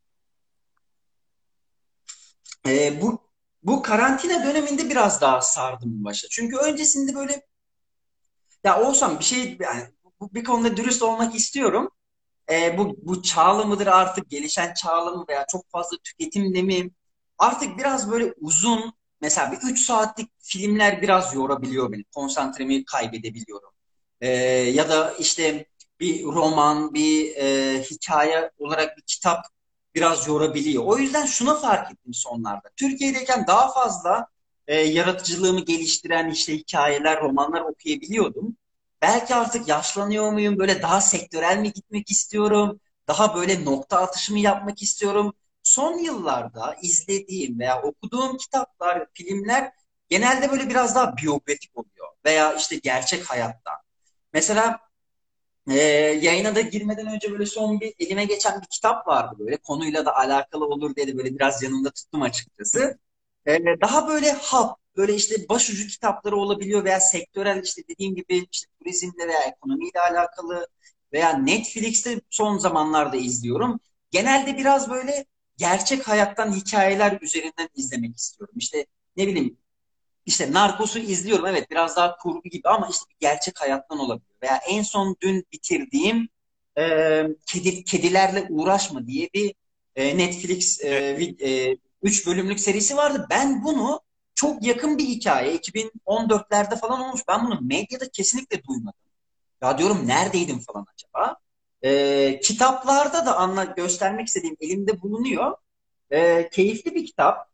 Bu karantina döneminde biraz daha sardım başa. Çünkü öncesinde böyle ya olsam bir şey yani bir konuda dürüst olmak istiyorum. Bu çağla mıdır artık gelişen çağla mı veya çok fazla tüketimle mi? Artık biraz böyle uzun mesela bir 3 saatlik filmler biraz yorabiliyor beni. Konsantremi kaybedebiliyorum. Ya da işte bir roman, bir hikaye olarak bir kitap biraz yorabiliyor. O yüzden şunu fark ettim sonlarda. Türkiye'deyken daha fazla yaratıcılığımı geliştiren işte hikayeler, romanlar okuyabiliyordum. Belki artık yaşlanıyor muyum? Böyle daha sektörel mi gitmek istiyorum? Daha böyle nokta atışı mı yapmak istiyorum? Son yıllarda izlediğim veya okuduğum kitaplar, filmler genelde böyle biraz daha biyografik oluyor. Veya işte gerçek hayattan. Mesela yayına da girmeden önce böyle son bir elime geçen bir kitap vardı böyle. Konuyla da alakalı olur dedi böyle biraz yanımda tuttum açıkçası. Daha böyle hap, böyle işte başucu kitapları olabiliyor veya sektörel işte dediğim gibi işte turizmle veya ekonomiyle alakalı veya Netflix'te son zamanlarda izliyorum. Genelde biraz böyle gerçek hayattan hikayeler üzerinden izlemek istiyorum. İşte ne bileyim işte Narcos'u izliyorum. Evet biraz daha kurgu gibi ama işte bir gerçek hayattan olabiliyor. Veya en son dün bitirdiğim Kedilerle Uğraşma diye bir Netflix Evet. 3 bölümlük serisi vardı. Ben bunu çok yakın bir hikaye 2014'lerde falan olmuş. Ben bunu medyada kesinlikle duymadım. Ya diyorum neredeydim falan acaba? Kitaplarda da göstermek istediğim elimde bulunuyor. Keyifli bir kitap.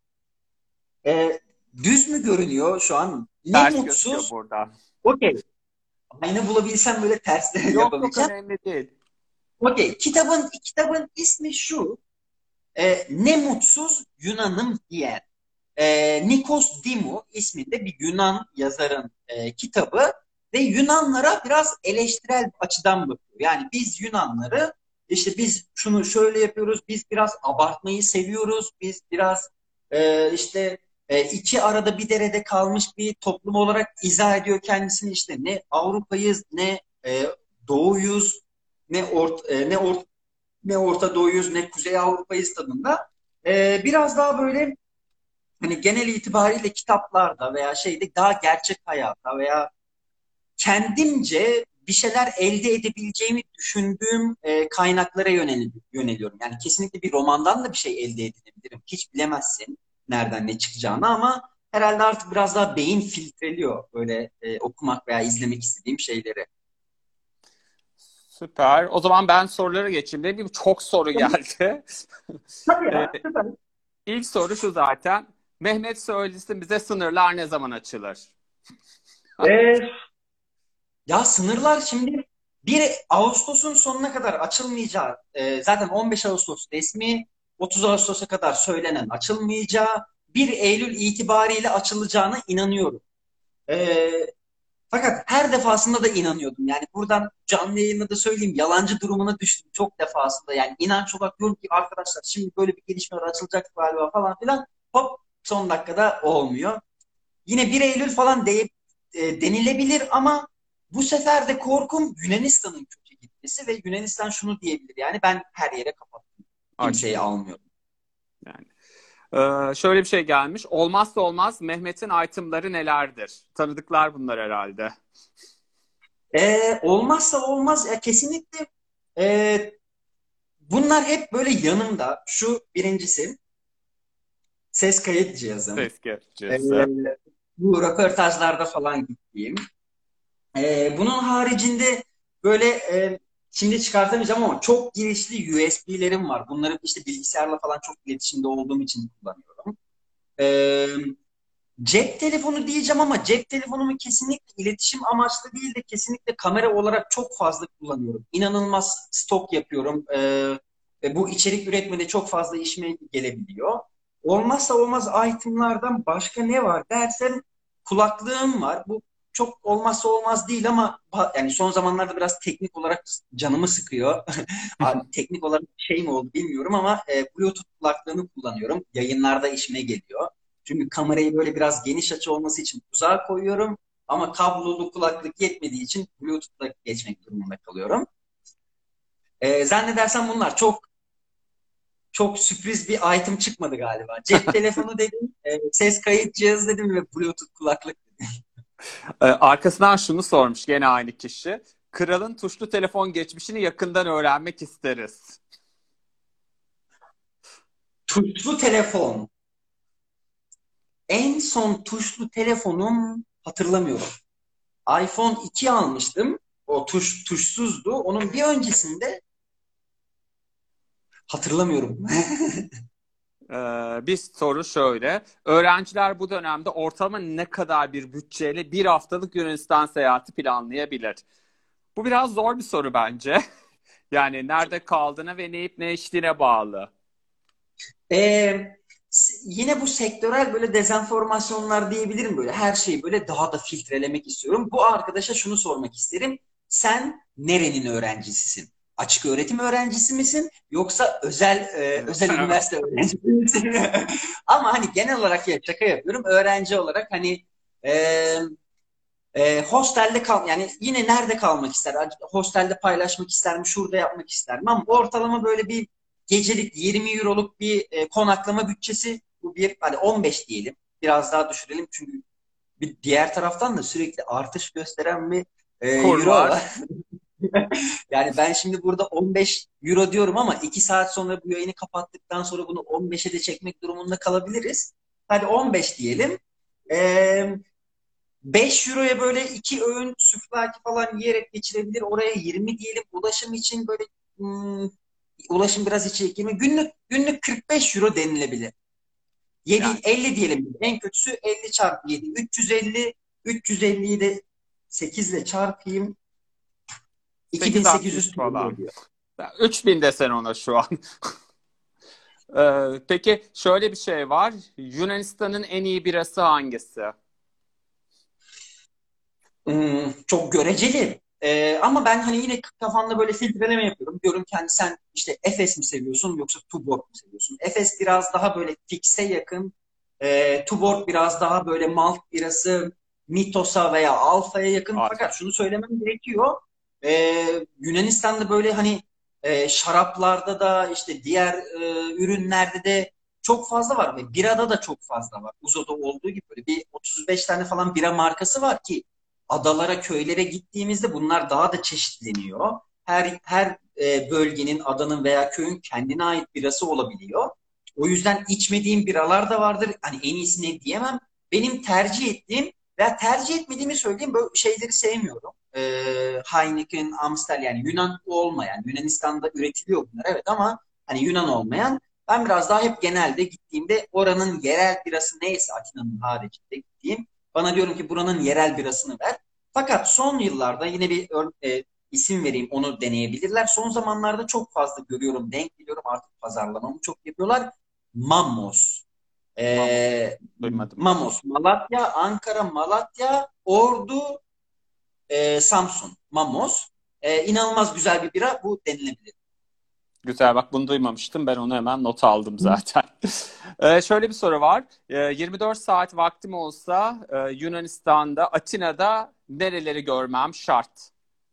E, Düz mü görünüyor şu an? Ne Ters gözüküyor mutsuz. burada. Okey. Ayna bulabilsem böyle ters de Yok yok, yapabileceğim. önemli değil. Okey. Kitabın ismi şu. Ne mutsuz Yunanım diyen. Nikos Dimou isminde bir Yunan yazarın kitabı ve Yunanlara biraz eleştirel açıdan bakıyor. Yani biz Yunanları işte biz şunu şöyle yapıyoruz, biz biraz abartmayı seviyoruz, biz biraz işte iki arada bir derede kalmış bir toplum olarak izah ediyor kendisini işte ne Avrupa'yız ne Doğu'yuz ne Orta Doğu'yuz ne Kuzey Avrupa'yız tadında. Biraz daha böyle hani genel itibariyle kitaplarda veya şeyde daha gerçek hayatta veya kendimce bir şeyler elde edebileceğimi düşündüğüm kaynaklara yöneliyorum. Yani kesinlikle bir romandan da bir şey elde edebilirim. Hiç bilemezsin nereden ne çıkacağını ama herhalde artık biraz daha beyin filtreliyor böyle okumak veya izlemek istediğim şeyleri. Süper. O zaman ben sorulara geçeyim. Benim gibi çok soru geldi. Tabii Ee, ya, süper. ilk soru şu zaten. Mehmet söylesin, bize sınırlar ne zaman açılır? Ee, Ya sınırlar şimdi. 1 Ağustos'un sonuna kadar açılmayacağı, zaten 15 Ağustos resmi, 30 Ağustos'a kadar söylenen açılmayacağı, 1 Eylül itibariyle açılacağına inanıyorum. E, Fakat her defasında da inanıyordum. Yani buradan canlı yayında da söyleyeyim, yalancı durumuna düştüm çok defasında. Yani inanç olarak diyorum ki arkadaşlar şimdi böyle bir gelişme var, açılacak galiba falan filan. Hop, son dakikada olmuyor. Yine 1 Eylül falan denilebilir ama bu sefer de korkum Yunanistan'ın kötü gitmesi ve Yunanistan şunu diyebilir. Yani ben her yere kapattım. Kimseyi Açmıyor. almıyorum. Yani. Şöyle bir şey gelmiş. Olmazsa olmaz Mehmet'in itemları nelerdir? Tanıdıklar bunlar herhalde. Olmazsa olmaz ya, kesinlikle e, bunlar hep böyle yanımda. Şu birincisi ses kayıt cihazım. Ses Ee, geçicisi. Bu röportajlarda falan gittiğim. Bunun haricinde böyle şimdi çıkartamayacağım ama çok girişli USB'lerim var. Bunları işte bilgisayarla falan çok iletişimde olduğum için kullanıyorum. Ee, Cep telefonu diyeceğim ama cep telefonumu kesinlikle iletişim amaçlı değil de kesinlikle kamera olarak çok fazla kullanıyorum. İnanılmaz stok yapıyorum. Ve bu içerik üretmede çok fazla işime gelebiliyor. Olmazsa olmaz itemlardan başka ne var dersen kulaklığım var. Bu çok olmazsa olmaz değil ama yani son zamanlarda biraz teknik olarak canımı sıkıyor. Teknik olarak bir şey mi oldu bilmiyorum ama Bluetooth kulaklığını kullanıyorum. Yayınlarda işime geliyor. Çünkü kamerayı böyle biraz geniş açı olması için uzağa koyuyorum. Ama kablolu kulaklık yetmediği için Bluetooth'la geçmek durumunda kalıyorum. Zannedersem bunlar çok çok sürpriz bir item çıkmadı galiba. Cep telefonu dedim, ses kayıt cihazı dedim ve Bluetooth kulaklık dedim. Arkasından şunu sormuş gene aynı kişi. Kralın tuşlu telefon geçmişini yakından öğrenmek isteriz. Tuşlu telefon. En son tuşlu telefonum hatırlamıyorum. iPhone 2 almıştım. O tuşsuzdu. Onun bir öncesinde hatırlamıyorum. Bir soru şöyle. Öğrenciler bu dönemde ortalama ne kadar bir bütçeyle bir haftalık Yunanistan seyahati planlayabilir? Bu biraz zor bir soru bence. Yani nerede kaldığına ve ne yiyip ne içtiğine bağlı. Ee, Yine bu sektörel böyle dezenformasyonlar diyebilirim böyle. Her şeyi böyle daha da filtrelemek istiyorum. Bu arkadaşa şunu sormak isterim. Sen nerenin öğrencisisin? Açık öğretim öğrencisi misin? Yoksa özel üniversite öğrencisi misin? Ama hani genel olarak ya şaka yapıyorum. Öğrenci olarak hani e, hostelde yani yine nerede kalmak ister? Hostelde paylaşmak ister mi? Şurada yapmak ister mi? Ama ortalama böyle bir gecelik 20 euroluk bir konaklama bütçesi, bu bir hani 15 diyelim. Biraz daha düşürelim çünkü bir diğer taraftan da sürekli artış gösteren bir Kur euro var. var. Yani ben şimdi burada 15 euro diyorum ama 2 saat sonra bu yayını kapattıktan sonra bunu 15'e de çekmek durumunda kalabiliriz. Hadi 15 diyelim. Ee, 5 euroya böyle 2 öğün süflaki falan yiyerek geçirebilir. Oraya 20 diyelim. Ulaşım için böyle ulaşım biraz içe girme. Günlük 45 euro denilebilir. 7, Yani 50 diyelim. En kötüsü 50 çarpı 7. 350'yi de 8 ile çarpayım. 860 2800 TL falan. ediyor. 3000 desen ona şu an. Peki şöyle bir şey var. Yunanistan'ın en iyi birası hangisi? Çok göreceli. Ama ben hani yine kafamda böyle filtreleme yapıyorum. Diyorum ki hani sen işte Efes mi seviyorsun yoksa Tuborg mu seviyorsun? Efes biraz daha böyle fikse yakın. Tuborg biraz daha böyle malt birası, Mitos'a veya Alfa'ya yakın. Alfa. Fakat şunu söylemem gerekiyor. Yunanistan'da böyle hani şaraplarda da işte diğer ürünlerde de çok fazla var. Ve birada da çok fazla var. Uzo'da olduğu gibi böyle bir 35 tane falan bira markası var ki adalara, köylere gittiğimizde bunlar daha da çeşitleniyor. Her bölgenin, adanın veya köyün kendine ait birası olabiliyor. O yüzden içmediğim biralar da vardır. Hani en iyisini diyemem. Benim tercih ettiğim veya tercih etmediğimi söyleyeyim, böyle şeyleri sevmiyorum. Heineken, Amstel, yani Yunan olmayan, Yunanistan'da üretiliyor bunlar evet ama hani Yunan olmayan, ben biraz daha hep genelde gittiğimde oranın yerel birası neyse, Atina'nın haricinde gittiğim, bana diyorum ki buranın yerel birasını ver. Fakat son yıllarda yine bir isim vereyim, onu deneyebilirler. Son zamanlarda çok fazla görüyorum, denk geliyorum, artık pazarlamamı çok yapıyorlar. Mamos. Mamos. Ee, Duymadım. Mamos. Malatya, Ankara, Malatya, Ordu, Samsun. Mamos. İnanılmaz güzel bir bira. Bu denilebilir. Güzel, bak bunu duymamıştım. Ben onu hemen not aldım zaten. Şöyle bir soru var. 24 saat vaktim olsa Yunanistan'da, Atina'da nereleri görmem şart?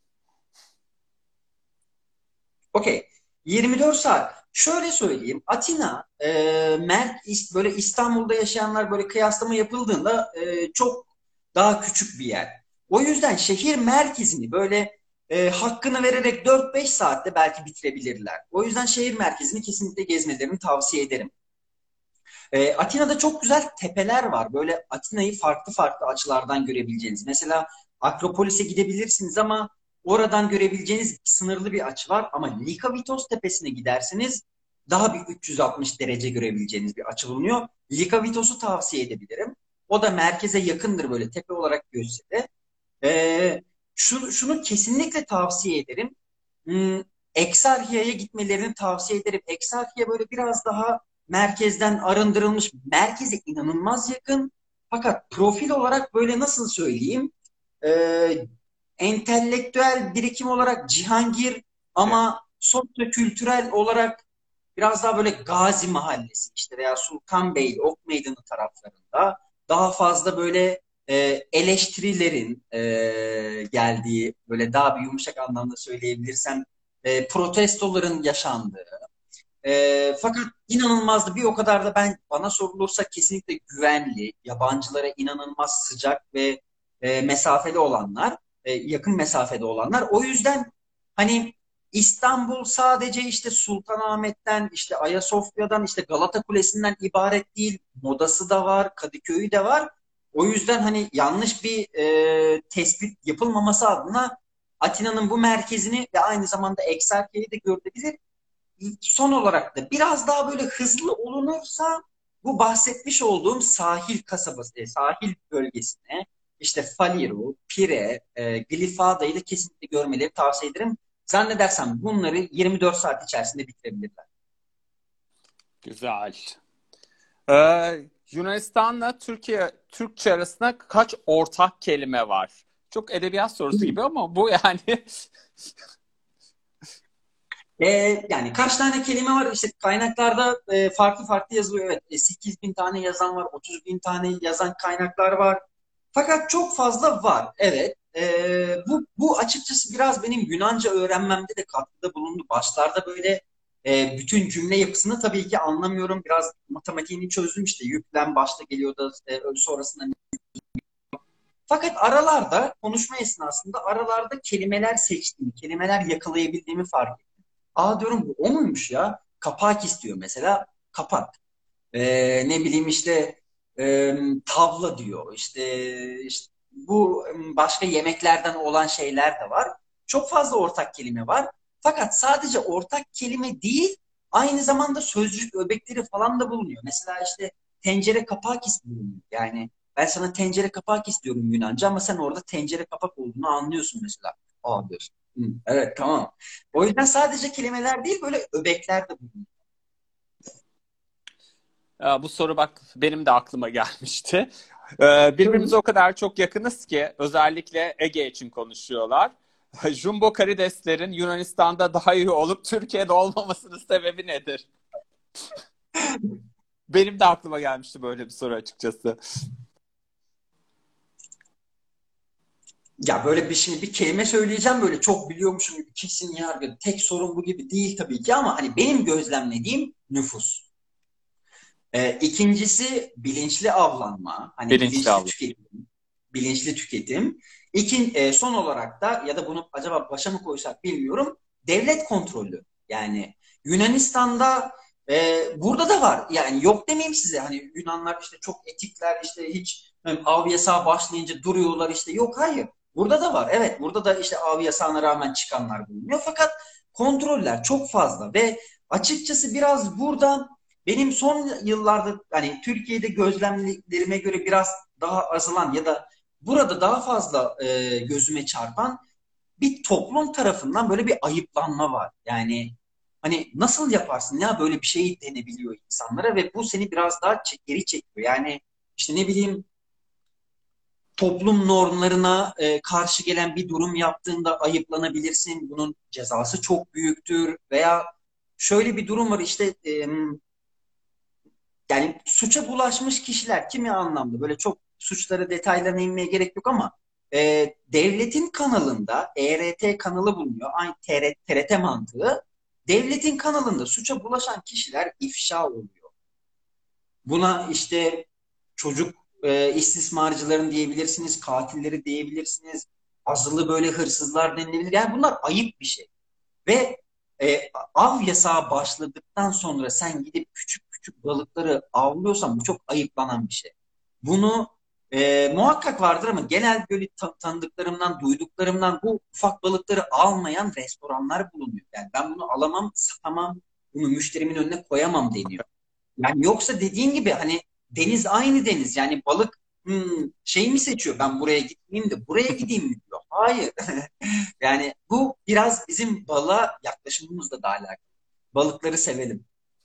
Okey. 24 saat. Şöyle söyleyeyim. Atina, böyle İstanbul'da yaşayanlar böyle kıyaslama yapıldığında çok daha küçük bir yer. O yüzden şehir merkezini böyle hakkını vererek 4-5 saatte belki bitirebilirler. O yüzden şehir merkezini kesinlikle gezmelerini tavsiye ederim. Atina'da çok güzel tepeler var. Böyle Atina'yı farklı farklı açılardan görebileceğiniz. Mesela Akropolis'e gidebilirsiniz ama oradan görebileceğiniz sınırlı bir açı var. Ama Likavitos tepesine giderseniz daha bir 360 derece görebileceğiniz bir açı bulunuyor. Likavitos'u tavsiye edebilirim. O da merkeze yakındır, böyle tepe olarak gözse de. Şunu kesinlikle tavsiye ederim. Hmm, Eksarhia'ya gitmelerini tavsiye ederim. Eksarhia böyle biraz daha merkezden arındırılmış. Merkeze inanılmaz yakın. Fakat profil olarak böyle, nasıl söyleyeyim? Ee, Entelektüel birikim olarak Cihangir, Evet. ama sosyo-kültürel olarak biraz daha böyle Gazi Mahallesi işte veya Sultanbeyli, Ok Meydanı taraflarında daha fazla böyle eleştirilerin geldiği, böyle daha bir yumuşak anlamda söyleyebilirsem protestoların yaşandığı, fakat inanılmaz da bir o kadar da, bana sorulursa kesinlikle güvenli, yabancılara inanılmaz sıcak ve mesafeli olanlar, yakın mesafede olanlar. O yüzden hani İstanbul sadece işte Sultanahmet'ten, işte Ayasofya'dan, işte Galata Kulesi'nden ibaret değil. Modası da var, Kadıköy'ü de var. O yüzden hani yanlış bir tespit yapılmaması adına Atina'nın bu merkezini ve aynı zamanda Eksarkey'i de görülebilir. Son olarak da biraz daha böyle hızlı olunursa bu bahsetmiş olduğum sahil kasabası, sahil bölgesine, işte Faliru, Pire, Glifada'yı da kesinlikle görmeleri tavsiye ederim. Zannedersem bunları 24 saat içerisinde bitirebilirler. Güzel. Yunanistan'la Türkçe arasında kaç ortak kelime var? Çok edebiyat sorusu gibi ama bu yani. E, Yani kaç tane kelime var? İşte kaynaklarda farklı farklı yazılıyor. Evet, 8 bin tane yazan var, 30 bin tane yazan kaynaklar var. Fakat çok fazla var. Evet. Bu açıkçası biraz benim Yunanca öğrenmemde de katkıda bulundu. Başlarda böyle bütün cümle yapısını tabii ki anlamıyorum. Biraz matematiğini çözdüm işte. Yüklem başta geliyor da sonrasında. Fakat aralarda, konuşma esnasında aralarda kelimeler seçtiğimi, kelimeler yakalayabildiğimi fark ettim. Aa, diyorum, bu o muymuş ya? Kapak istiyor mesela. Kapak. Ne bileyim işte tavla diyor. İşte bu başka yemeklerden olan şeyler de var. Çok fazla ortak kelime var. Fakat sadece ortak kelime değil, aynı zamanda sözcük öbekleri falan da bulunuyor. Mesela işte tencere kapak istiyorum. Yani ben sana tencere kapak istiyorum Yunanca, ama sen orada tencere kapak olduğunu anlıyorsun mesela. Aa, diyorsun. Evet, tamam. O yüzden sadece kelimeler değil, böyle öbekler de bulunuyor. Bu soru bak benim de aklıma gelmişti. Birbirimize o kadar çok yakınız ki özellikle Ege için konuşuyorlar. Jumbo karideslerin Yunanistan'da daha iyi olup Türkiye'de olmamasının sebebi nedir? Benim de aklıma gelmişti böyle bir soru açıkçası. Ya böyle şimdi bir kelime söyleyeceğim, böyle çok biliyormuşum gibi, kesin yargı. Tek sorun bu gibi değil tabii ki, ama hani benim gözlemlediğim nüfus. İkincisi bilinçli avlanma, hani Bilinçli bilinçli avlı. tüketim, bilinçli tüketim. Son olarak da, ya da bunu acaba başa mı koysak bilmiyorum, devlet kontrolü. Yani Yunanistan'da burada da var. Yani yok demeyeyim size. Hani Yunanlar işte çok etikler, işte hiç av yasağı başlayınca duruyorlar işte. Yok, hayır. Burada da var. Evet, burada da işte av yasağına rağmen çıkanlar bulunuyor. Fakat kontroller çok fazla ve açıkçası biraz buradan benim son yıllarda hani Türkiye'de gözlemlerime göre biraz daha azalan ya da burada daha fazla gözüme çarpan bir toplum tarafından böyle bir ayıplanma var. Yani hani nasıl yaparsın ya, böyle bir şey denebiliyor insanlara ve bu seni biraz daha geri çekiyor. Yani işte ne bileyim, toplum normlarına karşı gelen bir durum yaptığında ayıplanabilirsin. Bunun cezası çok büyüktür. Veya şöyle bir durum var işte, yani suça bulaşmış kişiler kimi anlamda, böyle çok suçlara detaylarına inmeye gerek yok ama devletin kanalında ERT kanalı bulunuyor. Aynı TRT mantığı. Devletin kanalında suça bulaşan kişiler ifşa oluyor. Buna işte çocuk istismarcıların diyebilirsiniz, katilleri diyebilirsiniz, azılı böyle hırsızlar denilebilir. Yani bunlar ayıp bir şey. Ve av yasağı başladıktan sonra sen gidip küçük küçük balıkları avlıyorsan bu çok ayıplanan bir şey. Bunu muhakkak vardır ama genel böyle tanıdıklarımdan, duyduklarımdan bu ufak balıkları almayan restoranlar bulunuyor. Yani ben bunu alamam, satamam, bunu müşterimin önüne koyamam deniyor. Yani yoksa dediğin gibi hani deniz aynı deniz. Yani balık şey mi seçiyor? Ben buraya gitmeyeyim de buraya gideyim mi diyor. Hayır. Yani bu biraz bizim balığa yaklaşımımızla da alakalı. Balıkları sevelim.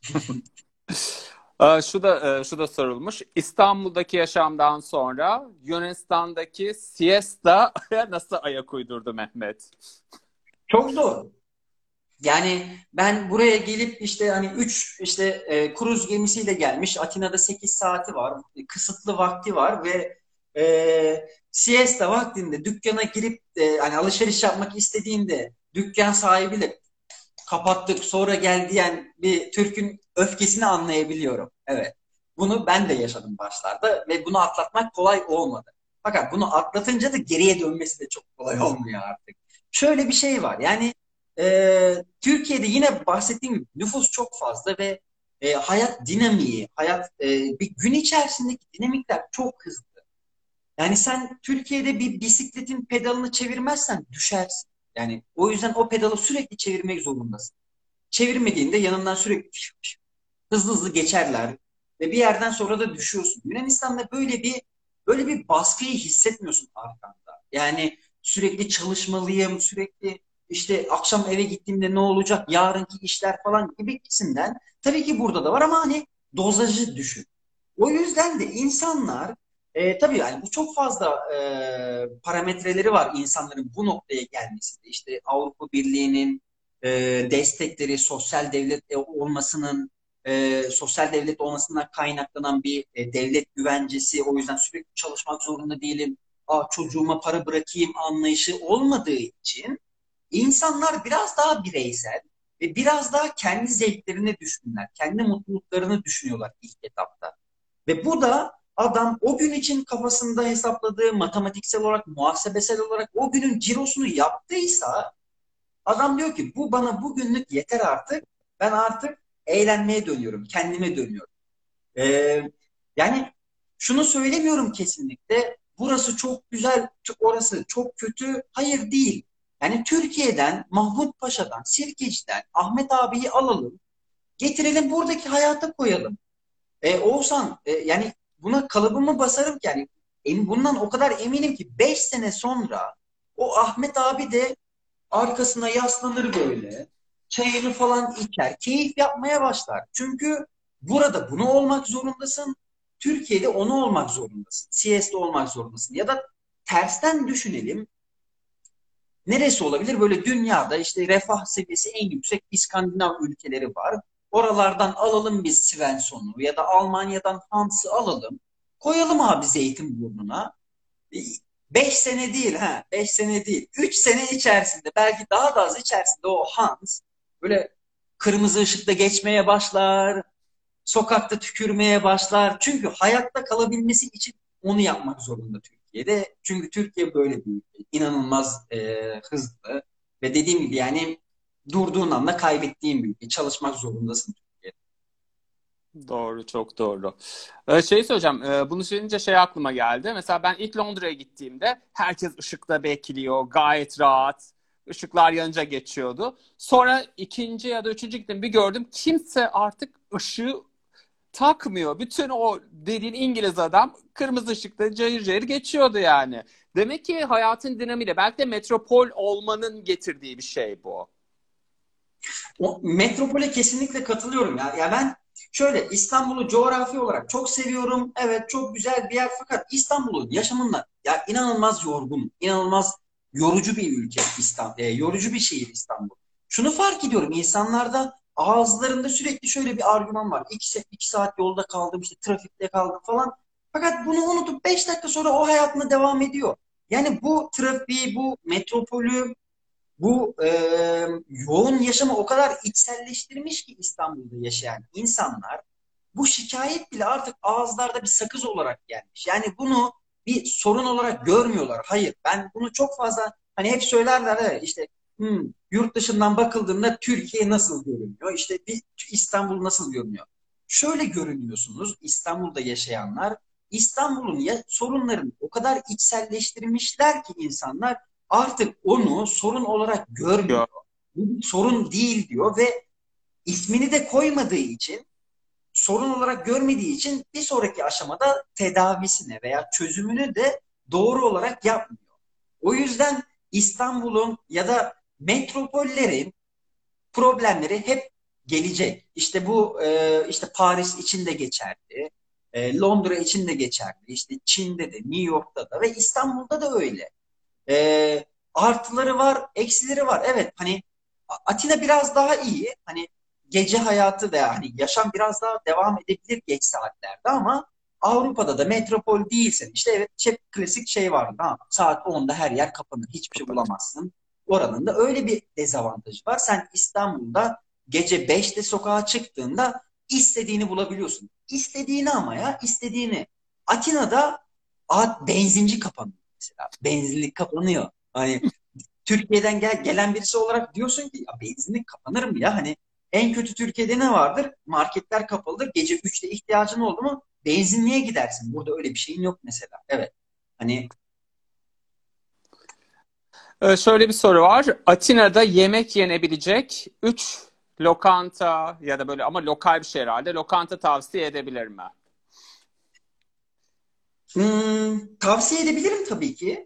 Şu da sorulmuş. İstanbul'daki yaşamdan sonra Yunanistan'daki siesta'ya nasıl ayak uydurdu Mehmet? Çok zor. Yani ben buraya gelip işte hani 3 işte kruz gemisiyle gelmiş. Atina'da 8 saati var. Kısıtlı vakti var ve siesta vaktinde dükkana girip hani alışveriş yapmak istediğinde dükkan sahibiyle kapattık sonra gel diyen bir Türk'ün öfkesini anlayabiliyorum. Evet. Bunu ben de yaşadım başlarda ve bunu atlatmak kolay olmadı. Fakat bunu atlatınca da geriye dönmesi de çok kolay olmuyor artık. Şöyle bir şey var. Yani Türkiye'de yine bahsettiğim gibi nüfus çok fazla ve hayat dinamiği, bir gün içerisindeki dinamikler çok hızlı. Yani sen Türkiye'de bir bisikletin pedalını çevirmezsen düşersin. Yani o yüzden o pedalı sürekli çevirmek zorundasın. Çevirmediğinde yanından sürekli hızlı hızlı geçerler ve bir yerden sonra da düşüyorsun. Yunanistan'da böyle bir baskıyı hissetmiyorsun arkanda. Yani sürekli çalışmalıyım, sürekli işte akşam eve gittiğimde ne olacak, yarınki işler falan gibisinden. Tabii ki burada da var ama hani dozajı düşün. O yüzden de insanlar tabii yani bu çok fazla parametreleri var insanların bu noktaya gelmesinde. İşte Avrupa Birliği'nin e, destekleri, sosyal devlet olmasından kaynaklanan bir devlet güvencesi. O yüzden sürekli çalışmak zorunda değilim. Çocuğuma para bırakayım anlayışı olmadığı için insanlar biraz daha bireysel ve biraz daha kendi zevklerine düşkünler. Kendi mutluluklarını düşünüyorlar ilk etapta. Ve bu da adam o gün için kafasında hesapladığı matematiksel olarak, muhasebesel olarak o günün cirosunu yaptıysa adam diyor ki bu bana bugünlük yeter artık. Ben artık eğlenmeye dönüyorum, kendime dönüyorum. Ee, yani şunu söylemiyorum kesinlikle. Burası çok güzel, orası çok kötü. Hayır değil. Yani Türkiye'den, Mahmut Paşa'dan, Sirkeci'den Ahmet abiyi alalım. Getirelim buradaki hayata koyalım. Oğuzhan, yani buna kalıbımı basarım ki yani bundan o kadar eminim ki 5 sene sonra o Ahmet abi de arkasına yaslanır böyle. Çayını falan içer. Keyif yapmaya başlar. Çünkü burada bunu olmak zorundasın. Türkiye'de onu olmak zorundasın. CS'de olmak zorundasın. Ya da tersten düşünelim. Neresi olabilir? Böyle dünyada işte refah seviyesi en yüksek İskandinav ülkeleri var. Oralardan alalım biz Svensson'u ya da Almanya'dan Hans'ı alalım. Koyalım abi Zeytinburnu'na. 5 sene değil ha, 5 sene değil. 3 sene içerisinde belki daha da az içerisinde o Hans böyle kırmızı ışıkta geçmeye başlar, sokakta tükürmeye başlar. Çünkü hayatta kalabilmesi için onu yapmak zorunda Türkiye'de. Çünkü Türkiye böyle bir ülke. İnanılmaz hızlı ve dediğim gibi yani durduğun anda kaybettiğin bir ülke. Çalışmak zorundasın Türkiye'de. Doğru, çok doğru. Şey söyleyeceğim, bunu söyleyince şey aklıma geldi. Mesela ben ilk Londra'ya gittiğimde herkes ışıkta bekliyor, gayet rahat. Işıklar yanınca geçiyordu. Sonra ikinci ya da üçüncü gittim bir gördüm. Kimse artık ışığı takmıyor. Bütün o dediğin İngiliz adam kırmızı ışıkta cayır cayır geçiyordu yani. Demek ki hayatın dinamiğiyle belki de metropol olmanın getirdiği bir şey bu. O metropole kesinlikle katılıyorum ya. Ya ben şöyle İstanbul'u coğrafi olarak çok seviyorum. Evet, çok güzel bir yer fakat İstanbul'un yaşamında ya inanılmaz yorgun, inanılmaz yorucu bir ülke İstanbul, yorucu bir şehir İstanbul. Şunu fark ediyorum insanlarda ağızlarında sürekli şöyle bir argüman var. İki saat yolda kaldım, işte trafikte kaldım falan. Fakat bunu unutup 5 dakika sonra o hayatına devam ediyor. Yani bu trafiği, bu metropolü, bu yoğun yaşamı o kadar içselleştirmiş ki İstanbul'da yaşayan insanlar bu şikayet bile artık ağızlarda bir sakız olarak gelmiş. Yani bunu bir sorun olarak görmüyorlar. Hayır, ben bunu çok fazla hani hep söylerler evet, işte yurt dışından bakıldığında Türkiye nasıl görünüyor? İşte bir İstanbul nasıl görünüyor? Şöyle görünüyorsunuz İstanbul'da yaşayanlar. İstanbul'un sorunlarını o kadar içselleştirmişler ki insanlar artık onu sorun olarak görmüyor. Bu bir sorun değil diyor ve ismini de koymadığı için, sorun olarak görmediği için bir sonraki aşamada tedavisine veya çözümünü de doğru olarak yapmıyor. O yüzden İstanbul'un ya da metropollerin problemleri hep gelecek. İşte bu işte Paris için de geçerli, Londra için de geçerli, işte Çin'de de, New York'ta da ve İstanbul'da da öyle. Artıları var, eksileri var. Evet, hani Atina biraz daha iyi. Hani gece hayatı da hani yaşam biraz daha devam edebilir geç saatlerde ama Avrupa'da da metropol değilsin. İşte evet, hep klasik şey vardı. Ha, saat 10'da her yer kapanır. Hiçbir şey Kapanır. bulamazsın. Oranın da öyle bir dezavantajı var. Sen İstanbul'da gece 5'te sokağa çıktığında istediğini bulabiliyorsun. İstediğini ama ya istediğini. Atina'da benzinci kapanıyor mesela. Benzinlik kapanıyor. Hani Türkiye'den gelen birisi olarak diyorsun ki ya benzinlik kapanır mı ya? Hani en kötü Türkiye'de ne vardır? Marketler kapalıdır. Gece 3'te ihtiyacın oldu mu benzinliğe gidersin. Burada öyle bir şeyin yok mesela. Evet. Hani Şöyle bir soru var. Atina'da yemek yenebilecek 3 lokanta ya da böyle ama lokal bir şey herhalde. Lokanta tavsiye edebilir mi? tavsiye edebilirim tabii ki.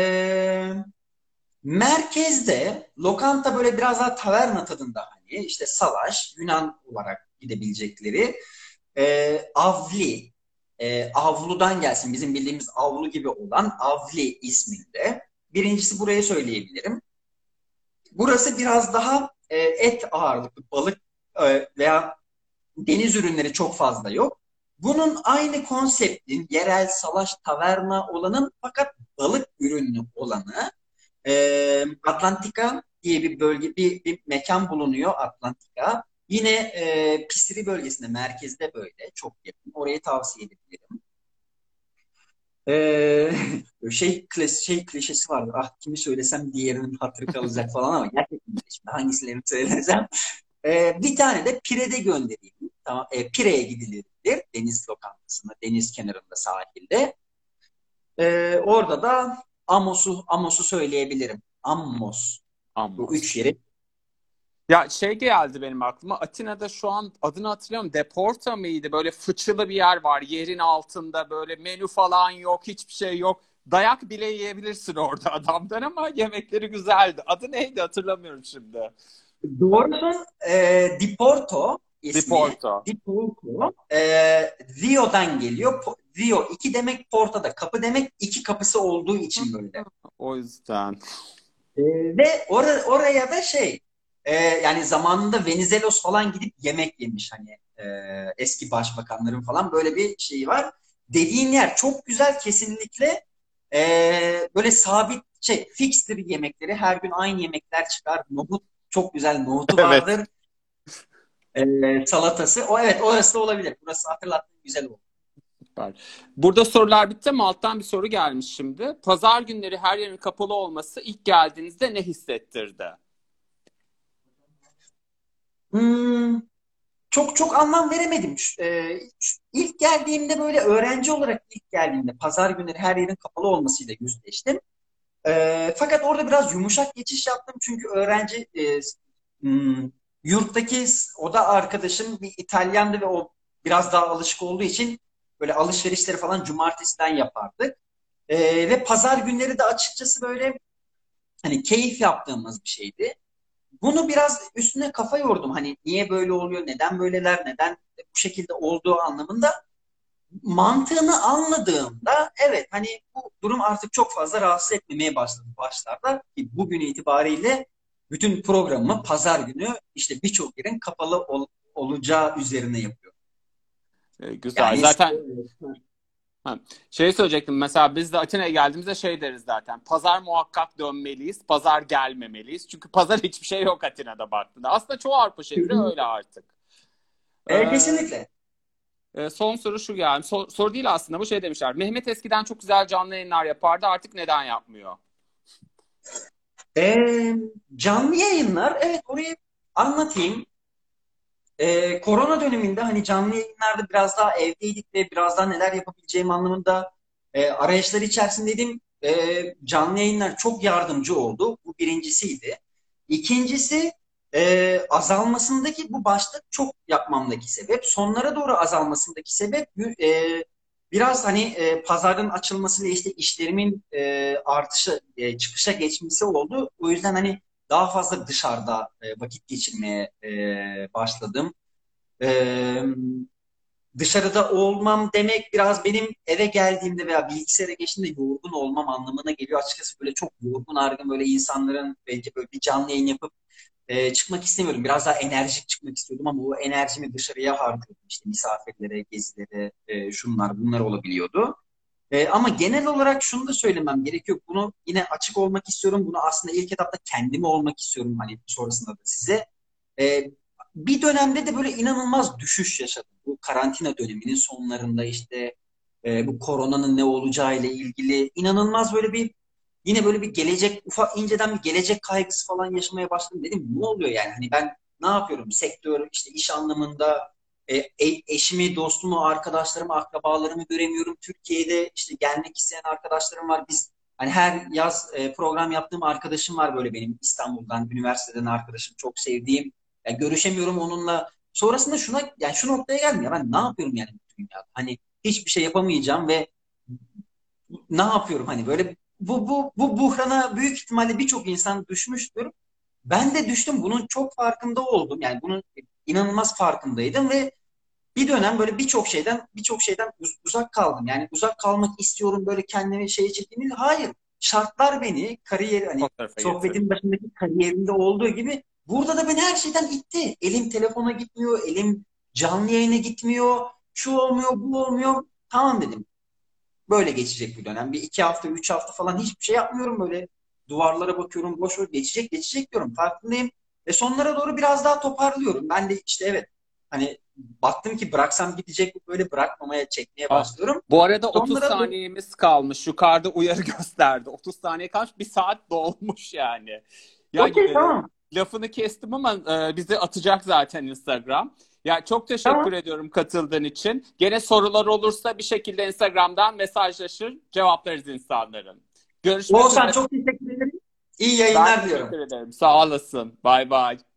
Merkezde lokanta böyle biraz daha taverna tadında hani işte salaş, Yunan olarak gidebilecekleri Avli, avludan gelsin bizim bildiğimiz avlu gibi olan Avli isminde. Birincisi burayı söyleyebilirim. Burası biraz daha et ağırlıklı balık veya deniz ürünleri çok fazla yok. Bunun aynı konseptin yerel salaş taverna olanın fakat balık ürünlü olanı Atlantika diye bir bölge, bir mekan bulunuyor Atlantika. Yine Pisiri bölgesinde, merkezde böyle çok yakın. Orayı tavsiye edebilirim. E, şey klişesi vardır. Ah kimi söylesem diğerinin hatırı kalacak falan ama gerçekten şimdi hangisilerini söylesem. Bir tane de Pire'de göndereyim. Tamam, Pire'ye gidilir deniz lokantasında, deniz kenarında sahilde. Orada da Amos'u söyleyebilirim. Ammos. Bu Amos. üç yeri. Ya şey geldi benim aklıma. Atina'da şu an adını hatırlıyorum. Deporta mıydı? Böyle fıçılı bir yer var. Yerin altında böyle menü falan yok. Hiçbir şey yok. Dayak bile yiyebilirsin orada adamdan ama yemekleri güzeldi. Adı neydi hatırlamıyorum şimdi. Doğrusu Diporto ismi. Deporto. Diporto. Rio'dan geliyor. Rio iki demek, Porto'da kapı demek. İki kapısı olduğu için böyle. O yüzden. Ve oraya da yani zamanında Venizelos falan gidip yemek yemiş hani eski başbakanların falan böyle bir şeyi var. Dediğin yer çok güzel kesinlikle. Böyle sabit fikstir yemekleri. Her gün aynı yemekler çıkar. Nohut çok güzel nohutu Evet. vardır. Salatası. O evet orası da olabilir. Burası hatırlattığın güzel oldu. Süper. Burada sorular bitti ama alttan bir soru gelmiş şimdi. Pazar günleri her yerin kapalı olması ilk geldiğinizde ne hissettirdi? Hmm, çok çok anlam veremedim. İlk geldiğimde böyle öğrenci olarak ilk geldiğimde pazar günleri her yerin kapalı olmasıyla yüzleştim. Fakat orada biraz yumuşak geçiş yaptım çünkü hmm, yurttaki oda arkadaşım bir İtalyandı ve o biraz daha alışık olduğu için böyle alışverişleri falan cumartesiden yapardık. Ve pazar günleri de açıkçası böyle hani keyif yaptığımız bir şeydi. Bunu biraz üstüne kafa yordum. Hani niye böyle oluyor, neden böyleler, neden bu şekilde olduğu anlamında mantığını anladığımda evet hani bu durum artık çok fazla rahatsız etmemeye başladı başlarda. Ki bugün itibariyle bütün programımı pazar günü işte birçok yerin kapalı olacağı üzerine yapıyorum. Güzel. Yani Zaten ha, şey söyleyecektim. Mesela biz de Atina'ya geldiğimizde şey deriz zaten. Pazar muhakkak dönmeliyiz. Pazar gelmemeliyiz. Çünkü pazar hiçbir şey yok Atina'da baktığında. Aslında çoğu Avrupa şehri öyle artık. Ee, kesinlikle. son soru şu yani. Soru değil aslında, bu şey demişler. Mehmet eskiden çok güzel canlı yayınlar yapardı. Artık neden yapmıyor? Ee, Canlı yayınlar evet orayı anlatayım. Korona döneminde hani canlı yayınlarda biraz daha evdeydik ve biraz daha neler yapabileceğim anlamında arayışlar içerisindeydim. Canlı yayınlar çok yardımcı oldu. Bu birincisiydi. İkincisi azalmasındaki bu başta çok yapmamdaki sebep. Sonlara doğru azalmasındaki sebep biraz hani pazarın açılmasıyla işte işlerimin artışı, çıkışa geçmesi oldu. O yüzden hani daha fazla dışarıda vakit geçirmeye başladım. Ee, Dışarıda olmam demek biraz benim eve geldiğimde veya bilgisayara geçtiğimde yorgun olmam anlamına geliyor. Açıkçası böyle çok yorgun argın böyle insanların bence böyle bir canlı yayın yapıp çıkmak istemiyorum. Biraz daha enerjik çıkmak istiyordum ama o enerjimi dışarıya harcıyordum. İşte misafirlere, gezilere, şunlar bunlar olabiliyordu. Ama genel olarak şunu da söylemem gerekiyor. Bunu yine açık olmak istiyorum. Bunu aslında ilk etapta kendime olmak istiyorum. Hani sonrasında da size. E, Bir dönemde de böyle inanılmaz düşüş yaşadım. Bu karantina döneminin sonlarında işte bu koronanın ne olacağı ile ilgili inanılmaz böyle bir yine böyle bir gelecek ufak inceden bir gelecek kaygısı falan yaşamaya başladım. Dedim ne oluyor yani? Hani ben ne yapıyorum? Sektör işte iş anlamında eşimi, dostumu, arkadaşlarımı, akrabalarımı göremiyorum. Türkiye'de işte gelmek isteyen arkadaşlarım var. Biz hani her yaz program yaptığım arkadaşım var böyle benim İstanbul'dan, üniversiteden arkadaşım çok sevdiğim. Yani görüşemiyorum onunla. Sonrasında şuna yani şu noktaya geldim ya ben ne yapıyorum yani bu dünyada? Hani hiçbir şey yapamayacağım ve ne yapıyorum hani böyle bu buhrana büyük ihtimalle birçok insan düşmüştür. Ben de düştüm. Bunun çok farkında oldum. Yani bunun inanılmaz farkındaydım ve bir dönem böyle birçok şeyden uzak kaldım. Yani uzak kalmak istiyorum böyle kendimi şeye çektiğim değil. Hayır. Şartlar beni kariyer O hani tarafa sohbetin getirdi. başındaki kariyerinde olduğu gibi burada da beni her şeyden itti. Elim telefona gitmiyor, elim canlı yayına gitmiyor. Şu olmuyor, bu olmuyor. Tamam dedim. Böyle geçecek bir dönem. Bir 2 hafta, 3 hafta falan hiçbir şey yapmıyorum böyle. Duvarlara bakıyorum, boş boş geçecek, geçecek diyorum. Farkındayım. Ve sonlara doğru biraz daha toparlıyorum. Ben de işte evet hani baktım ki bıraksam gidecek bu böyle bırakmamaya çekmeye Aa, başlıyorum. bu arada 30 Sonlara doğru saniyemiz kalmış. Yukarıda uyarı gösterdi. 30 saniye kalmış. Bir saat dolmuş yani. Ya okey tamam. lafını kestim ama bizi atacak zaten Instagram. Ya çok teşekkür Tamam. ediyorum katıldığın için. Gene sorular olursa bir şekilde Instagram'dan mesajlaşır, cevaplarız insanların. Görüşmek Oğuzhan üzere. çok teşekkür ederim. İyi Ben yayınlar diliyorum. teşekkür ederim. Sağ olasın. Bay bay.